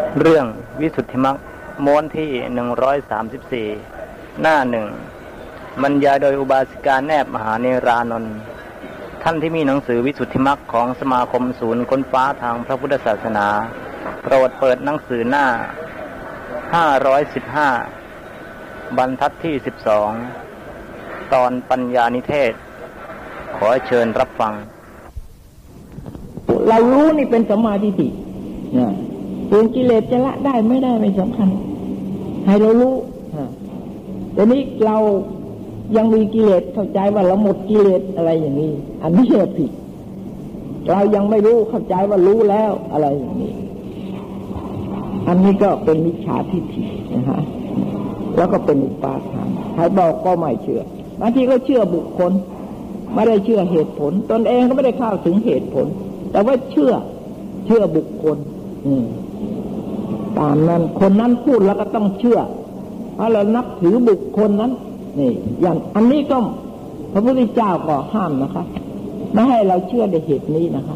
เรื่องวิสุทธิมรรคม้วนที่134หน้าหนึ่งบรรยายโดยอุบาสิกาแนบมหาเนรานนท์ท่านที่มีหนังสือวิสุทธิมรรคของสมาคมศูนย์ค้นฟ้าทางพระพุทธศาสนาโปรดเปิดหนังสือหน้า515บรรทัดที่12ตอนปัญญานิเทศขอเชิญรับฟังเรารู้นี่เป็นสัมมาทิฏฐิเนี่ยส่วนกิเลสจะละได้ไม่ได้ไม่สำคัญให้เรารู้แต่นี้เรายังมีกิเลสเข้าใจว่าเราหมดกิเลสอะไรอย่างนี้อันนี้ผิดเรายังไม่รู้เข้าใจว่ารู้แล้วอะไรอย่างนี้อันนี้ก็เป็นมิจฉาทิฏฐินะฮะแล้วก็เป็นอุปาทานใครบอกก็ไม่เชื่อบางทีก็เชื่อบุคคลไม่ได้เชื่อเหตุผลตนเองก็ไม่ได้เข้าถึงเหตุผลแต่ว่าเชื่อบุคคลตามนั้นคนนั้นพูดแล้วก็ต้องเชื่อเพราะเรานับถือบุคคลนั้นนี่อย่างอันนี้ก็พระพุทธเจ้าก็ห้ามนะคะไม่ให้เราเชื่อในเหตุนี้นะคะ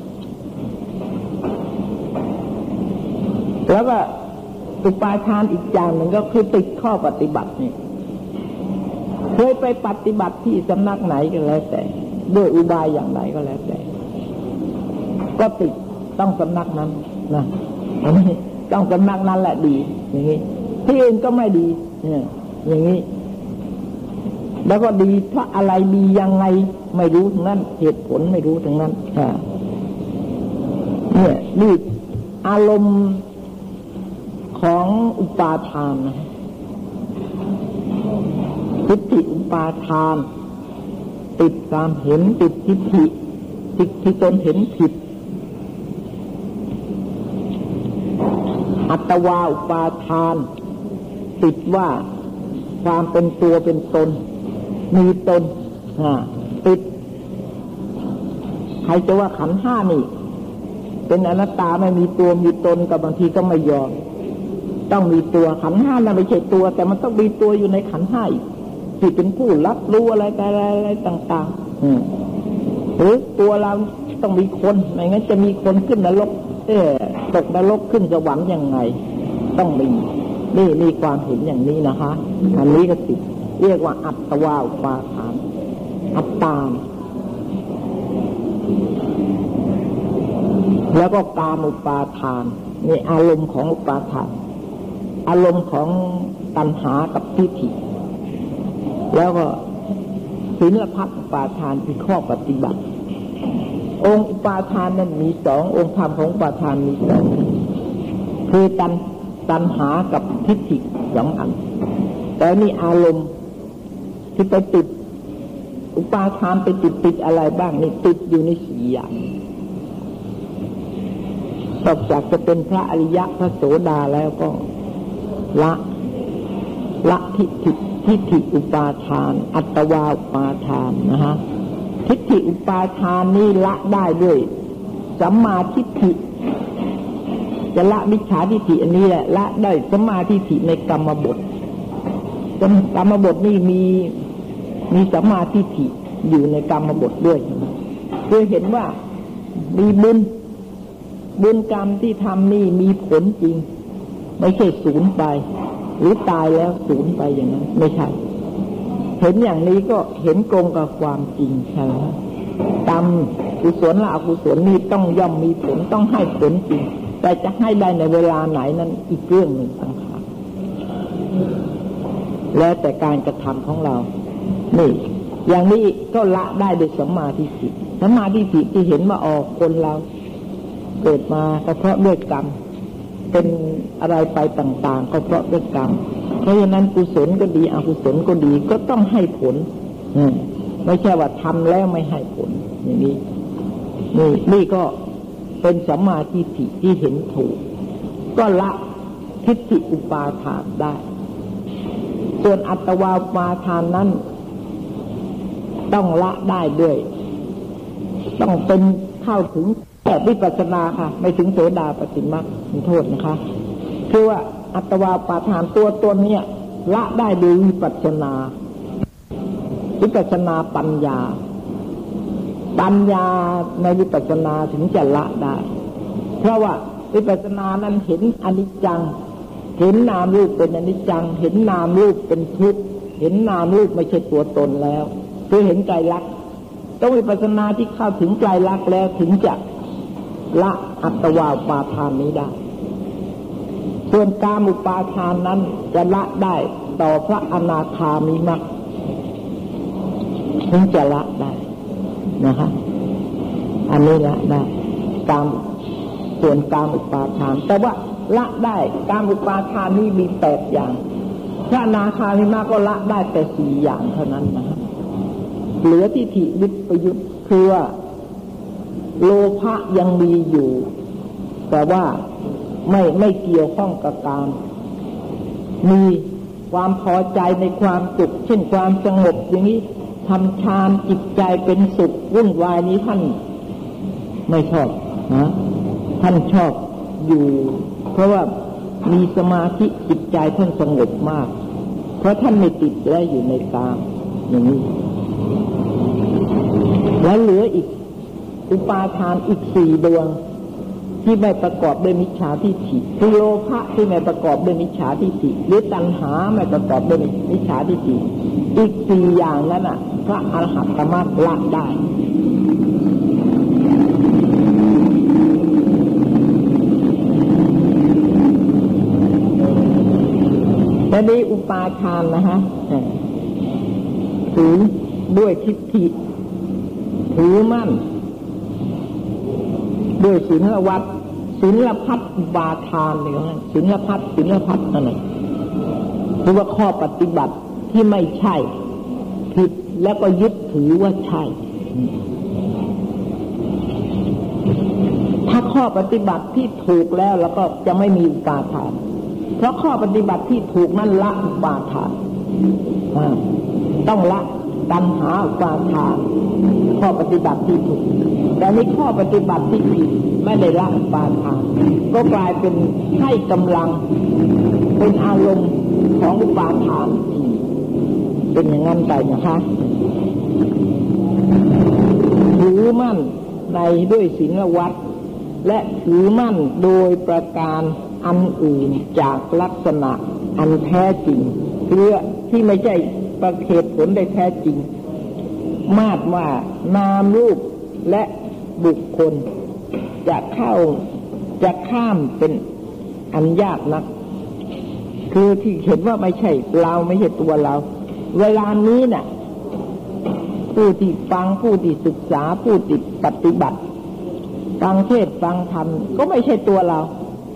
แล้วก็อุปาทานอีกอย่างหนึ่งก็คือติดข้อปฏิบัตินี่เคยไปปฏิบัติที่สำนักไหนก็แล้วแต่ด้วยอุบายอย่างไรก็แล้วแต่ก็ติดต้องสำนักนั้นนะต้องสำนักนั้นแหละดีอย่างนี้ที่อื่นก็ไม่ดีอย่างนี้แล้วก็ดีเพราะอะไรดียังไงไม่รู้ทั้งนั้นเหตุผลไม่รู้ทั้งนั้นเนี่ยนี่อารมณ์ของอุปาทานนะทิฏฐิอุปาทานติดความเห็นติดทิฏฐิติดที่ตนเห็นผิดอัตวาอุปาทานติดว่าความเป็นตัวเป็นตนมีตนติดใครจะว่าขันธ์ห้านี่เป็นอนัตตาไม่มีตัวมีตนกับบางทีก็ไม่ยอมต้องมีตัวขันธ์ห้าน่ะไม่ใช่ตัวแต่มันต้องมีตัวอยู่ในขันธ์ห้าอีกที่เป็นผู้รับรู้อะไรต่างๆหรือตัวเราต้องมีคนไม่งั้นจะมีคนขึ้นนรกตกนรกขึ้นสวรรค์ยังไงต้องมีความเห็นอย่างนี้นะคะอันนี้ก็ติดเรียกว่าอัตวาอุปาทานอัตตาแล้วก็กามอุปาทานนี่อารมณ์ของอุปาทานอารมณ์ของตัณหากับทิฏฐิแล้วก็ศีลพัฒน์อุปาทานคือข้อปฏิบัติองค์อุปาทานนั้นมีสององค์ธรรมของอุปาทานมีสองคือตัณหากับทิฏฐิสองอันแต่นี่อารมณ์ที่ไปติดอุปาทานไปติดอะไรบ้างนี่ติดอยู่ในสี่อย่างนอกจากจะเป็นพระอริยะพระโสดาแล้วก็ละทิฏฐิอุปาทานอัตวาอุปาทานนะฮะทิฏฐิอุปาทานนี่ละได้ด้วยสัมมาทิฏฐิจะละมิจฉาทิฏฐิอันนี้แหละละได้สัมมาทิฏฐิในกรรมบทกรรมบทนี่มีสัมมาทิฏฐิอยู่ในกรรมบทด้วยคือเห็นว่ามีบุญกรรมที่ทำนี่มีผลจริงไม่ใช่สูญไปหรือตายแล้วสูญไปอย่างนั้นไม่ใช่เห็นอย่างนี้ก็เห็นตรงกับความจริงใช่ไหมกรรมกุศลและอกุศลนี่ต้องย่อมมีผลต้องให้ผลจริงแต่จะให้ได้ในเวลาไหนนั้นอีกเรื่องหนึ่งต่างหากแล้วแต่การกระทำของเรานี่อย่างนี้ก็ละได้โดยสัมมาทิฏฐิสัมมาทิฏฐิที่เห็นว่าคนเราเกิดมาก็เพราะด้วยกรรมเป็นอะไรไปต่างๆก็เพราะด้วยกรรมเพราะฉะนั้นกุศลก็ดีอกุศลก็ดีก็ต้องให้ผลไม่ใช่ว่าทำแล้วไม่ให้ผลอย่างนี้นี่ก็เป็นสัมมาทิฏฐิที่เห็นถูกก็ละทิฏฐิอุปาทานได้ส่วนอัตวาอุปาทานนั้นต้องละได้ด้วยต้องเป็นเข้าถึงแต่วิปัสสนาค่ะไม่ถึงโสดาปัตติมรรคขอโทษนะคะคือว่าอัตวาอุปาทานตัวนี้ละได้โดยวิปัสสนาปัญญาในวิปัสสนาถึงจะละได้เพราะว่าวิปัสสนานั้นเห็นอนิจจังเห็นนามรูปเป็นอนิจจังเห็นนามรูปเป็นทุกข์เห็นนามรูปไม่ใช่ตัวตนแล้วคือเห็นไตรลักษณ์ต้องวิปัสสนาที่เข้าถึงไตรลักษณ์แล้วถึงจะละอัตวาอุปาทานนี้ได้ส่วนกามอุปาทานนั้นจะละได้ต่อพระอนาคามิมรรคถึงจะละได้นะคะอันนี้ละได้กามส่วนกามอุปาทานแต่ว่าละได้กามอุปาทานนี้มี8อย่างพระอนาคามิมรรคก็ละได้แต่4อย่างเท่านั้นนะครับเหลือทิฏฐิวิปยุตคือว่าโลภะยังมีอยู่แต่ว่าไม่เกี่ยวข้องกับกามมีความพอใจในความสุขเช่นความสงบอย่างนี้ทำฌานจิตใจเป็นสุขวุ่นวายนี้ท่านไม่ชอบนะท่านชอบอยู่เพราะว่ามีสมาธิจิตใจท่านสงบมากเพราะท่านไม่ติดและอยู่ในกามอย่างนี้แล้วเหลืออีกอุปาทานอีก4 ดวงที่ไม่ประกอบด้วยมิจฉาทิฏฐิคือโลภะที่ไม่ประกอบด้วยมิจฉาทิฏฐิหรือตัณหาไม่ประกอบด้วยมิจฉาทิฏฐิอีก4อย่างนั้นน่ะพระอรหันตมรรคละได้แต่ในอุปาทานนะฮะถือด้วยทิฏฐิถือมั่นด้วยศีลวัตรศีลพัฒน์อุปาทานนี่นะศีลพัฒน์นั่นแหละคือว่าข้อปฏิบัติที่ไม่ใช่ผิดแล้วก็ยึดถือว่าใช่ถ้าข้อปฏิบัติที่ถูกแล้วก็จะไม่มีอุปาทานเพราะข้อปฏิบัติที่ถูกนั้นละอุปาทานต้องละตัณหาอุปาทานข้อปฏิบัติที่ถูกแต่ในข้อปฏิบัติที่ผิดไม่ได้ละอุปาทานก็กลายเป็นให้กำลังเป็นอารมณ์ของอุปาทานเป็นอย่างนั้นไปนะคะถือมั่นในด้วยศีลวัตรและถือมั่นโดยประการอันอื่นจากลักษณะอันแท้จริงคือที่ไม่ใช่ประเหตุผลได้แท้จริงมาดว่านามรูปและบุคคลจะข้ามเป็นอันยากนักคือที่เห็นว่าไม่ใช่เราไม่ใช่ตัวเราเวลานี้น่ะผู้ที่ฟังผู้ที่ศึกษาผู้ที่ปฏิบัติฟังเทศน์ฟังธรรมก็ไม่ใช่ตัวเรา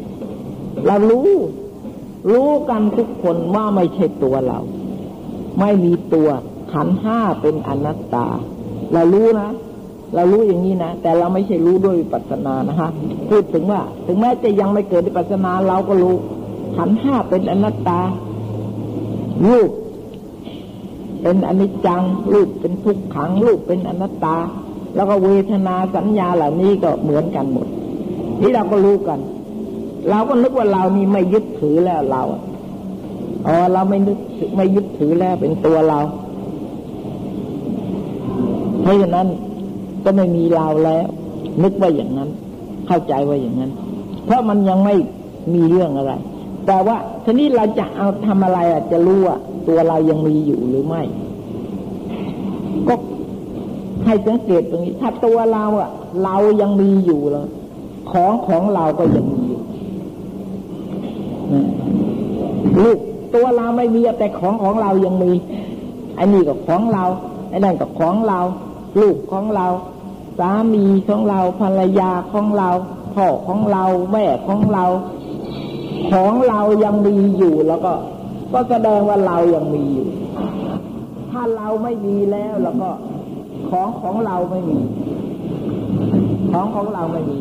รู้กันทุกคนว่าไม่ใช่ตัวเราไม่มีตัวขันธ์5เป็นอนัตตาเรารู้นะเรารู้อย่างนี้นะแต่เราไม่ใช่รู้ด้วยวิปัสสนานะฮะพูดถึงว่าถึงแม้จะยังไม่เกิดวิปัสสนาเราก็รู้ขันธ์5เป็นอนัตตารูปเป็นอนิจจังรูปเป็นทุกขังรูปเป็นอนัตตาแล้วก็เวทนาสัญญาเหล่านี้ก็เหมือนกันหมดนี่เราก็รู้กันเราก็นึกว่าเรานี่ไม่ยึดถือแล้วเราเราไม่ยึดถือแล้วเป็นตัวเราเพราะฉะนั้นก็ไม่มีเราแล้วนึกว่าอย่างนั้นเข้าใจว่าอย่างนั้นเพราะมันยังไม่มีเรื่องอะไรแต่ว่าทีนี้เราจะเอาทำอะไรจะรู้ว่าตัวเรายังมีอยู่หรือไม่ก็ให้สังเกตตรงนี้ถ้าตัวเราเรายังมีอยู่แล้วของเราก็ยังมีอยู่ลูกตัวเราไม่มีแต่ของเรายังมีไอ้นี่ก็ของเราไอ้นั่นก็ของเราลูกของเราสามีของเราภรรยาของเราพ่อของเราแม่ของเราของเรายังมีอยู่แล้วก็แสดงว่าเรายังมีอยู่ถ้าเราไม่มีแล้วก็ของเราไม่มีของเราไม่มี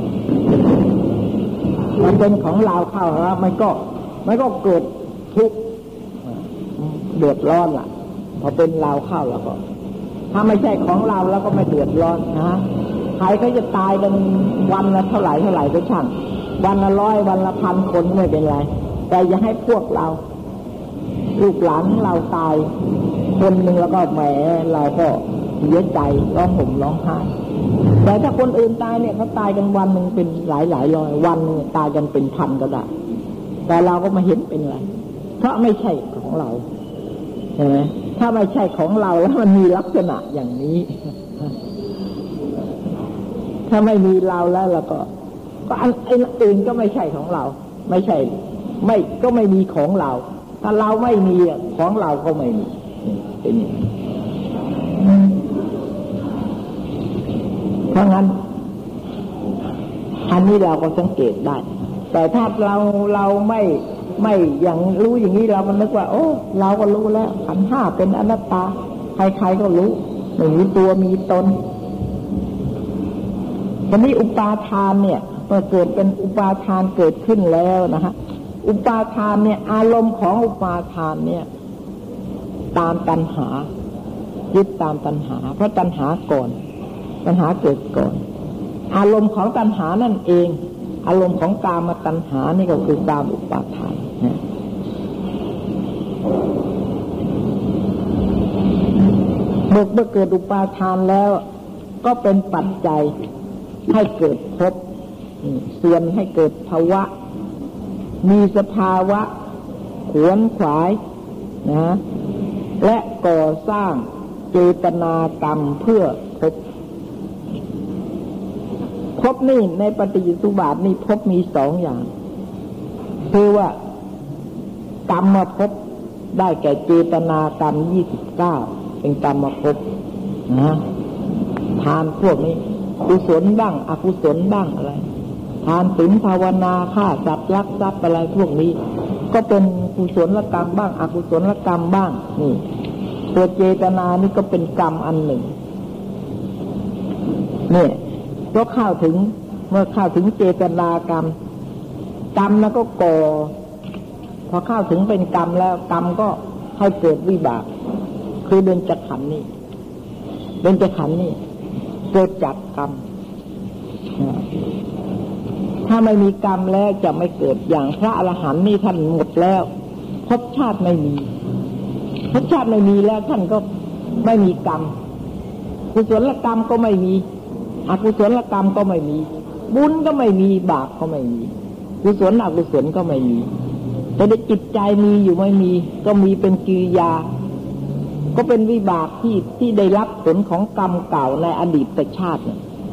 มันเป็นของเราเข้าแล้วมันก็เกิดทุกข์เดือดร้อนล่ะพอเป็นเราเข้าแล้วก็ถ้าไม่ใช่ของเราแล้วก็ไม่เดือดร้อนนะใครเขาจะตายกันวันละเท่าไหร่ก็ช่างวันละ100วันละ1,000คนไม่เป็นไรแต่อย่าให้พวกเราลูกหลานเราตายคนหนึ่งแล้วก็แหมเราก็เสียใจร้องห่มร้องไห้แต่ถ้าคนอื่นตายเนี่ยเขาตายกันวันหนึ่งเป็นหลายร้อยวันนึงตายกันเป็นพันก็ได้แต่เราก็ไม่เห็นเป็นไรเพราะไม่ใช่ของเราใช่ไหมถ้าไม่ใช่ของเราแล้วมันมีลักษณะอย่างนี้ถ้าไม่มีเราแล้วเราก็อันอื่นก็ไม่ใช่ของเราไม่ใช่ก็ไม่มีของเราถ้าเราไม่มีของเราก็ไม่มีเป็นอย่างนี้เพราะงั้นอันนี้เราก็สังเกตได้แต่ถ้าเราไม่อย่างรู้อย่างนี้เราก็นึกว่าโอ้เราก็รู้แล้วขันธ์ห้าเป็นอนัตตาใครๆก็รู้ไม่มีตัวมีตนวันนี้อุปาทานเนี่ยเมื่อเกิดเป็นอุปาทานเกิดขึ้นแล้วนะฮะอุปาทานเนี่ยอารมณ์ของอุปาทานเนี่ยตามตัณหายึดตามตัณหาเพราะตัณหาก่อนตัณหาเกิดก่อนอารมณ์ของตัณหานั่นเองอารมณ์ของกามตัณหานี่ก็คือกามอุปาทานนะเมื่อเกิดอุปาทานแล้วก็เป็นปัจจัยให้เกิดภพส่วนให้เกิดภาวะมีสภาวะขวนขวายนะและก่อสร้างเจตนากรรมเพื่อภพนี่ในปฏิจจสุบาทนี่ภพมีสองอย่างคือว่ากรรมภพได้แก่เจตนากรรม29เป็นกรรมภพนะทานพวกนี้กุศลบ้างอกุศลบ้างอะไรทานศีลภาวนาฆ่าสัตว์ลักทรัพย์อะไรพวกนี้ก็เป็นกุศลกรรมบ้างอกุศลกรรมบ้างนี่ตัวเจตนานี่ก็เป็นกรรมอันหนึ่งเนี่ยก็เมื่อเข้าถึงเจตนากรรมแล้วก็ก่อพอเข้าถึงเป็นกรรมแล้วกรรมก็ให้เกิดวิบากคือเบญจขันธ์นี่เบญจขันธ์นี่เกิดจากกรรมถ้าไม่มีกรรมแล้วจะไม่เกิดอย่างพระอรหันต์นี่ท่านหมดแล้วภพชาติไม่มีภพชาติไม่มีแล้วท่านก็ไม่มีกรรมกุศลกรรมก็ไม่มีอกุศลกรรมก็ไม่มีบุญก็ไม่มีบาปก็ไม่มีกุศลอกุศลก็ไม่มีแต่ในจิตใจมีอยู่ไม่มีก็มีเป็นกิริยาก็เป็นวิบากที่ได้รับผลของกรรมเก่าในอดีตชาติ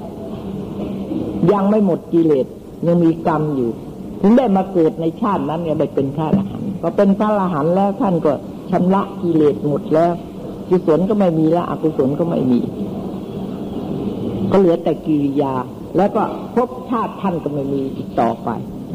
ยังไม่หมดกิเลสยังมีกรรมอยู่ถึงได้มาเกิดในชาตินั้นเนี่ยได้เป็นพระอรหันต์ก็เป็นพระอรหันต์แล้วท่านก็ชำระกิเลสหมดแล้วกุศลก็ไม่มีแล้วอกุศลก็ไม่มีก็เหลือแต่กิริยาแล้วก็ภพชาติท่านก็ไม่มีอีกต่อไป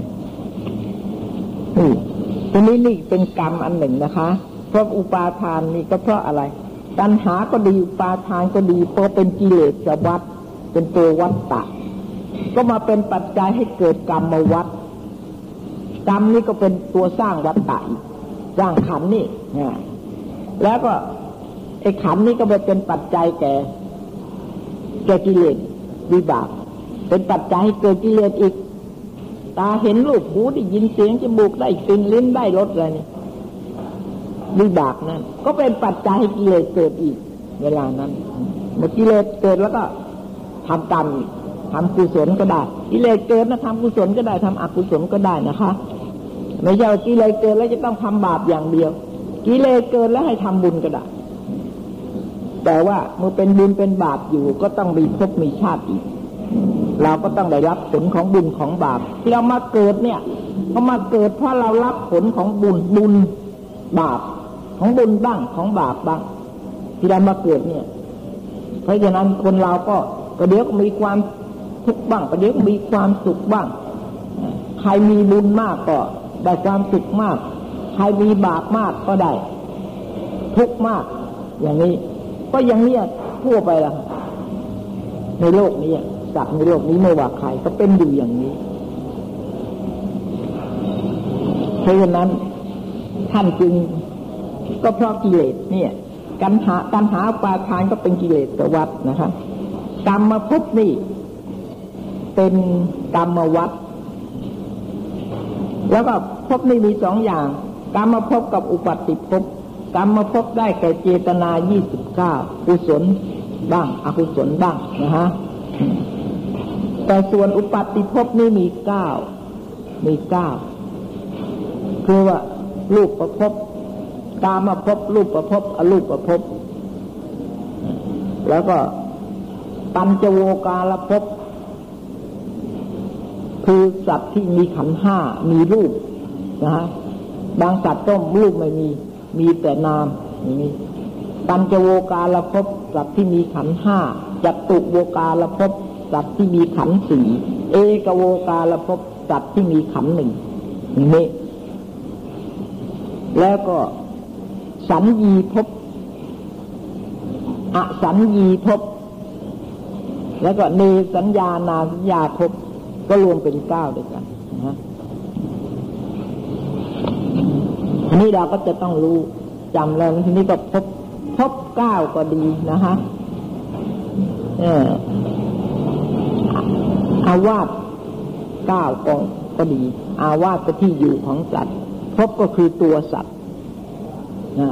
ทีนี้นี่เป็นกรรมอันหนึ่งนะคะเพราะอุปาทานนี่ก็เพราะอะไรตัณหาก็ดีอุปาทานก็ดีเพราะเป็นกิเลสวัฏเป็นตัววัฏฏะก็มาเป็นปัจจัยให้เกิดกรรมวัฏกรรมนี่ก็เป็นตัวสร้างวัฏฏะอีกสร้างขันธ์นี่แล้วก็ไอ้ขันธ์นี่ก็เป็นปัจจัยแก่กิเลสวิบากเป็นปัจจัยให้เกิดกิเลสอีกตาเห็นรูปหูได้ยินเสียงจมูกได้กลิ่นลิ้นได้รสอะไรนี่วิบากนั้นก็เป็นปัจจัยให้กิเลสเกิดอีกเวลานั้นเมื่อกิเลสเกิดแล้วก็ทำกรรมทำกุศลก็ได้กิเลสเกิดนะทำกุศลก็ได้ทำอกุศลก็ได้นะคะไม่ใช่กิเลสเกิดแล้วจะต้องทำบาปอย่างเดียวกิเลสเกิดแล้วให้ทำบุญก็ได้แต่ว่าเมื่อเป็นบุญเป็นบาปอยู่ก็ต้องมีภพมีชาติอีกเราก็ต้องได้รับผลของบุญของบาปที่เรามาเกิดเนี่ยก็มาเกิดเพราะเรารับผลของบุญบาปของบุญบ้างของบาปบ้างที่เรามาเกิดเนี่ยเพราะฉะนั้นคนเราก็เดี๋ยวก็มีความทุกข์บ้างเดี๋ยวก็มีความสุขบ้างใครมีบุญมากก็ได้ความสุขมากใครมีบาปมากก็ได้ทุกข์มากอย่างนี้ก็อย่างนี้ทั่วไปละในโลกนี้สัตว์ในโลกนี้ไม่ว่าใครก็เป็นอยู่อย่างนี้เพราะฉะนั้นท่านจึงก็เพราะกิเลสเนี่ยตัณหาอุปาทานก็เป็นกิเลสวัฏนะคะกรรมภพนี่เป็นกรรมวัฏแล้วก็ภพนี่มีสองอย่างกรรมภพกับอุปัฏฐิภพกรรมภพได้แก่เจตนา29กุศลบ้างอกุศลบ้างนะฮะแต่ส่วนอุปัตติภพนี่มีเก้าคือว่ารูปประภพกามภพรูปประภพอรูปประภพแล้วก็ปัญจโวการภพคือสัตว์ที่มีขันธ์ห้ามีรูปนะฮะบางสัตว์ก็รูปไม่มีแต่นามอย่างนี้ปัญจโวการภพสัตว์ที่มีขันธ์ห้าจัตุโวการภพสัตว์ที่มีขันธ์สี่เอกโวการภพสัตว์ที่มีขันธ์หนึ่งอย่างนี้แล้วก็สัญญีภพอสัญญีภพแล้วก็เนสัญญานาสัญญาภพก็รวมเป็นเก้าด้วยกันนะอันนี้เราก็จะต้องรู้จำแล้วทีนี้ก็พบเก้าก็ดีนะฮะอาวาสเก้าก็ดีอาวาสก็ที่อยู่ของสัตว์พบก็คือตัวสัตว์นะ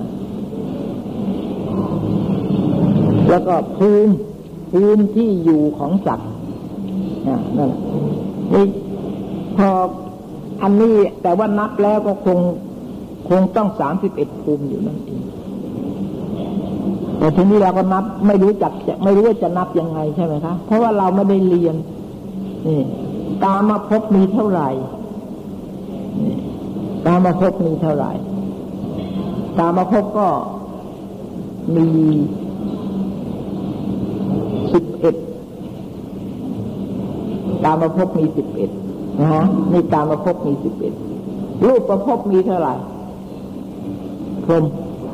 แล้วก็ภูมิที่อยู่ของสัตว์นั่นแหละนี่พออันนี้แต่ว่านับแล้วก็คงต้อง31ภูมิอยู่นั่นเองแต่ทีนี้เราก็นับไม่รู้ว่าจะนับยังไงใช่ไหมคะเพราะว่าเราไม่ได้เรียนนี่กามภพมีเท่าไหร่กามภพมีเท่าไหร่กามภพก็มี11กามภพมี11นะฮะนี่กามภพมี11รูปประภพมีเท่าไหร่พรหม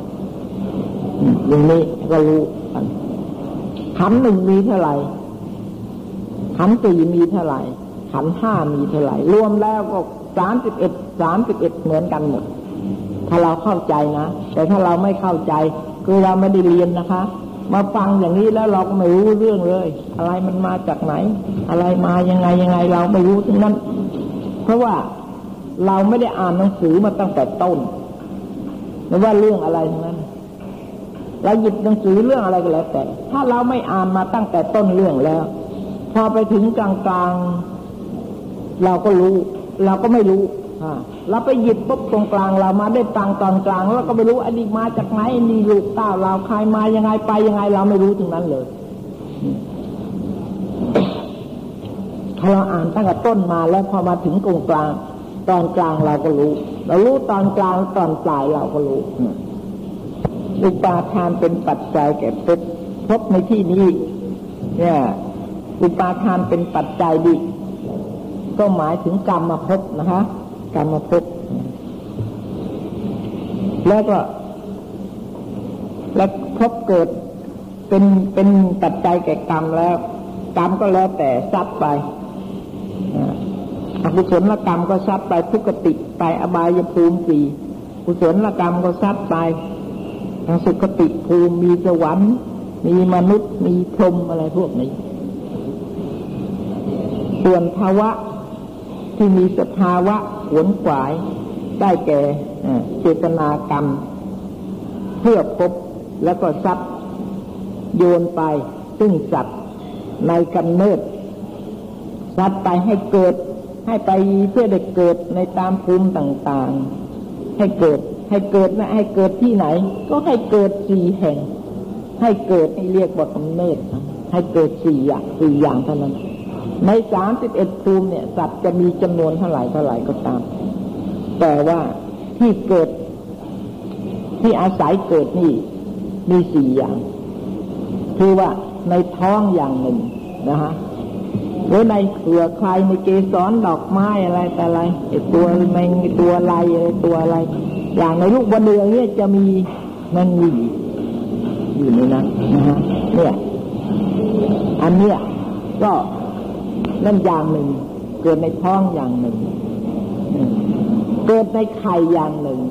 อย่างนี้ก็รู้กันขันธ์หนึ่งมีเท่าไหร่ขันธ์สี่มีเท่าไหร่ขันธ์ห้ามีเท่าไหร่รวมแล้วก็31เหมือนกันหมดถ้าเราเข้าใจนะแต่ถ้าเราไม่เข้าใจคือเราไม่ได้เรียนนะคะมาฟังอย่างนี้แล้วเราก็ไม่รู้เรื่องเลยอะไรมันมาจากไหนอะไรมายังไงเราไม่รู้ทั้งนั้นเพราะว่าเราไม่ได้อ่านหนังสือมาตั้งแต่ต้นไม่ว่าเรื่องอะไรทั้งนั้นเราหยิบหนังสือเรื่องอะไรก็แล้วแต่ถ้าเราไม่อ่านมาตั้งแต่ต้นเรื่องแล้วพอไปถึงกลางๆเราก็รู้เราก็ไม่รู้เราไปหยิบปุ๊บตรงกลางเรามาได้ตังตอนกลางแล้วก็ไม่รู้อันนี้มาจากไหนนี่ลูกเต้าเราใครมายังไงไปยังไงเราไม่รู้ถึงนั้นเลยถ้าเราอ่านตั้งแต่ต้นมาแล้วพอมาถึงตรงกลางตอนกลางเราก็รู้เรารู้ตอนกลางตอนปลายเราก็รู้อุปาทานเป็นปัจจัยแก่ภพในที่นี้เนี่ยอุปาทานเป็นปัจจัยดิก็หมายถึงกรรมภพนะฮะกรรมภพแล้วภพเกิดเป็นปัจจัยแก่กรรมแล้วกรรมก็แล้วแต่ซัดไปอกุศลกรรมก็ซัดไปทุกติไปอบายภูมิสี่กุศลกรรมก็ซัดไปทางสุคติภูมิมีสวรรค์มีมนุษย์มีพรหมอะไรพวกนี้ส่วนภาวะที่มีสภาวะขวนขวายได้แก่เจตนากรรมเพื่อพบแล้วก็ซัดโยนไปซึ่งสัตว์ในกำเนิดซัดไปให้เกิดให้ไปเพื่อได้เกิดในตามภูมิต่างๆให้เกิดนะให้เกิดที่ไหนก็ให้เกิด4แห่งให้เกิดนี่เรียกว่ากำเนิดให้เกิด4อย่างเท่านั้นใน31ภูมิเนี่ยสัตว์จะมีจำนวนเท่าไหร่ก็ตามแต่ว่าที่เกิดที่อาศัยเกิดนี่มี4อย่างคือว่าในท้องอย่างหนึ่งนะฮะหรือในเขือใครในเกสรดอกไม้อะไรแต่อะไรตัวแมงตัวอะไรตัวอะไรอย่างในลูกบะเดือเนี่ยจะมีมันมีอยู่ในนั้นนะฮะเนี่ยอันเนี้ยก็นั่นอย่างหนึ่งเกิดในท้องอย่างหนึ่งเกิดในไข่อย่างหนึ่ง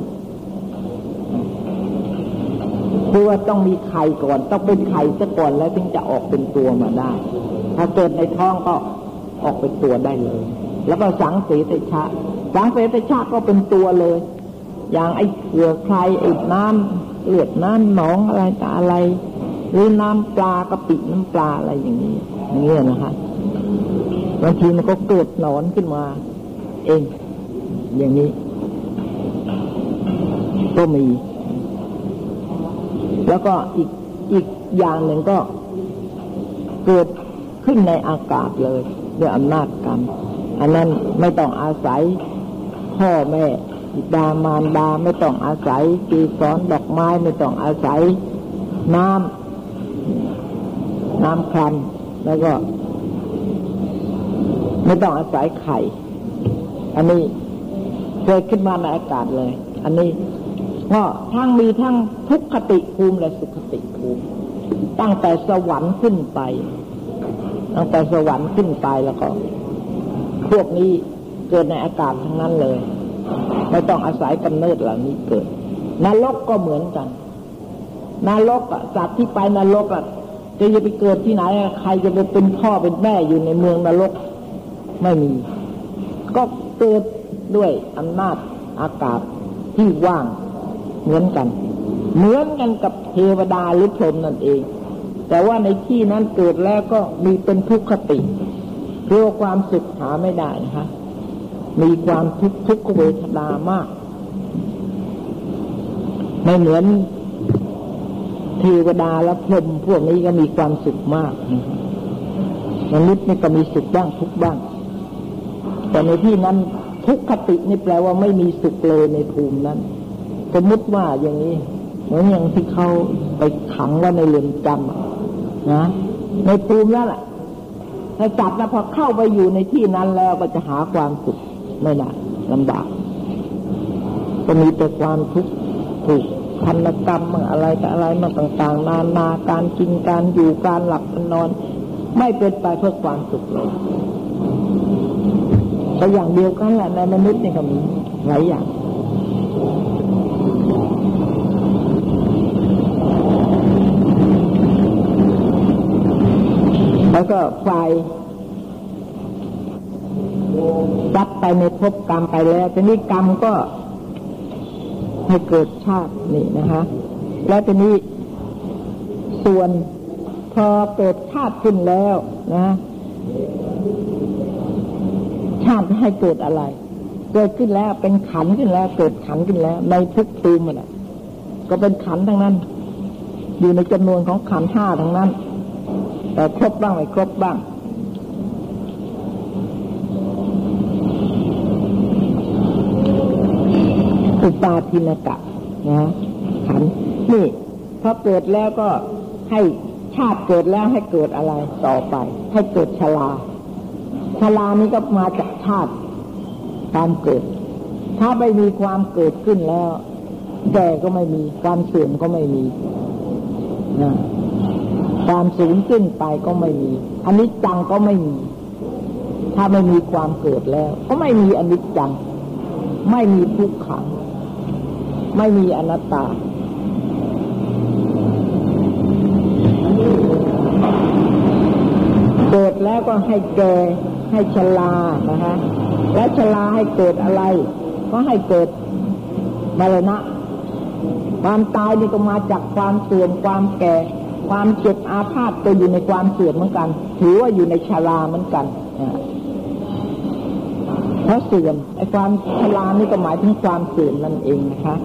คือว่าต้องมีไข่ก่อนต้องเป็นไข่ซะก่อนแล้วถึงจะออกเป็นตัวมาได้ถ้าเกิดในท้องก็ออกเป็นตัวได้เลยแล้วก็สังเสตชะก็เป็นตัวเลยอย่างไอ้เขือใครไอ้น้ำเลือดน้ำหนองอะไรต่ออะไรหรือน้ำปลากะปิน้ำปลาอะไรอย่างนี้อย่างนี้นะคะบางทีมันก็เกิดหนอนขึ้นมาเองอย่างนี้ก็มีแล้วก็อีกอย่างหนึ่งก็เกิดขึ้นในอากาศเลยด้วยอำนาจกรรมอันนั้นไม่ต้องอาศัยพ่อแม่บิดามารดาไม่ต้องอาศัยเกสรดอกไม้ไม่ต้องอาศัยน้ำครันแล้วก็ไม่ต้องอาศัยไข่อันนี้เกิดขึ้นมาในอากาศเลยอันนี้ก็ทั้งมีทั้งทุกขติภูมิและสุขติภูมิตั้งแต่สวรรค์ขึ้นไปแล้วก็พวกนี้เกิดในอากาศทั้งนั้นเลยไม่ต้องอาศัยกำเนิดเหล่านี้เกิดนรกก็เหมือนกันนรกสัตว์ที่ไปนรกจะไปเกิดที่ไหนใครจะไปเป็นพ่อเป็นแม่อยู่ในเมืองนรกไม่มีก็เกิดด้วยอำนาจอากาศที่ว่างเหมือนกันกับเทวดาหรือพรหมนั่นเองแต่ว่าในที่นั้นเกิดแล้วก็มีเป็นทุกขติเรียกว่าความสุขหาไม่ได้นะคะมีความทุกขเวทนามากไม่เหมือนเทวดาและพรหมพวกนี้ก็มีความสุขมากมนุษย์นี่ก็มีสุขบ้างทุกข์บ้างแต่ในที่นั้นทุกขตินี่แปลว่าไม่มีสุขเลยในภูมินั้นสมมติว่าอย่างนี้เหมือนอย่างที่เขาไปขังไว้ในเรือนจำนะในภูมินั่นแหละถ้าจับแล้วพอเข้าไปอยู่ในที่นั้นแล้วก็จะหาความสุขไม่ได้ลำบากก็มีแต่ความทุกข์ถูกพันกรรมอะไรกับอะไรมาต่างๆนานาการกินการอยู่การหลับการนอนไม่เป็นไปเพื่อความสุขเลยก็อย่างเดียวกันแหละในมนุษย์นี่ก็มีหลายอย่างแล้วก็ฝ่ายยัดไปในภพกรรมไปแล้วทีนี้กรรมก็ให้เกิดชาตินี่นะคะแล้วทีนี้ส่วนพอเกิดชาติขึ้นแล้วนะชาติให้เกิดอะไรเกิดขึ้นแล้วเป็นขันธ์ขึ้นแล้วเกิดขันธ์ขึ้นแล้วในทุกภูมิน่ะก็เป็นขันธ์ทั้งนั้นอยู่ในจำนวนของขันธ์ห้าทั้งนั้นแต่ครบบ้างไม่ครบบ้างอุปาทินกะนะขันธ์นี่พอเกิดแล้วก็ให้ชาติเกิดแล้วให้เกิดอะไรต่อไปให้เกิดชรานี้ก็มาจากชาติความเกิดถ้าไม่มีความเกิดขึ้นแล้วแก่ก็ไม่มีความเสื่อมก็ไม่มีนะความสูญสิ้นไปก็ไม่มีอนิจจังก็ไม่มีถ้าไม่มีความเกิดแล้วก็ไม่มีอนิจจังไม่มีทุกขังไม่มีอนัตตาเกิดแล้วก็ให้แก่ให้ชรานะคะและชราให้เกิดอะไรก็ให้เกิดมรณะความตายนี่ก็มาจากความเสื่อมความแก่ความเจ็บอาพาธก็อยู่ในความเสื่อมเหมือนกันถือว่าอยู่ในชราเหมือนกันเพราะเสื่อมไอ้ความชรานี่ก็หมายถึงความเสื่อมนั่นเองนะคะ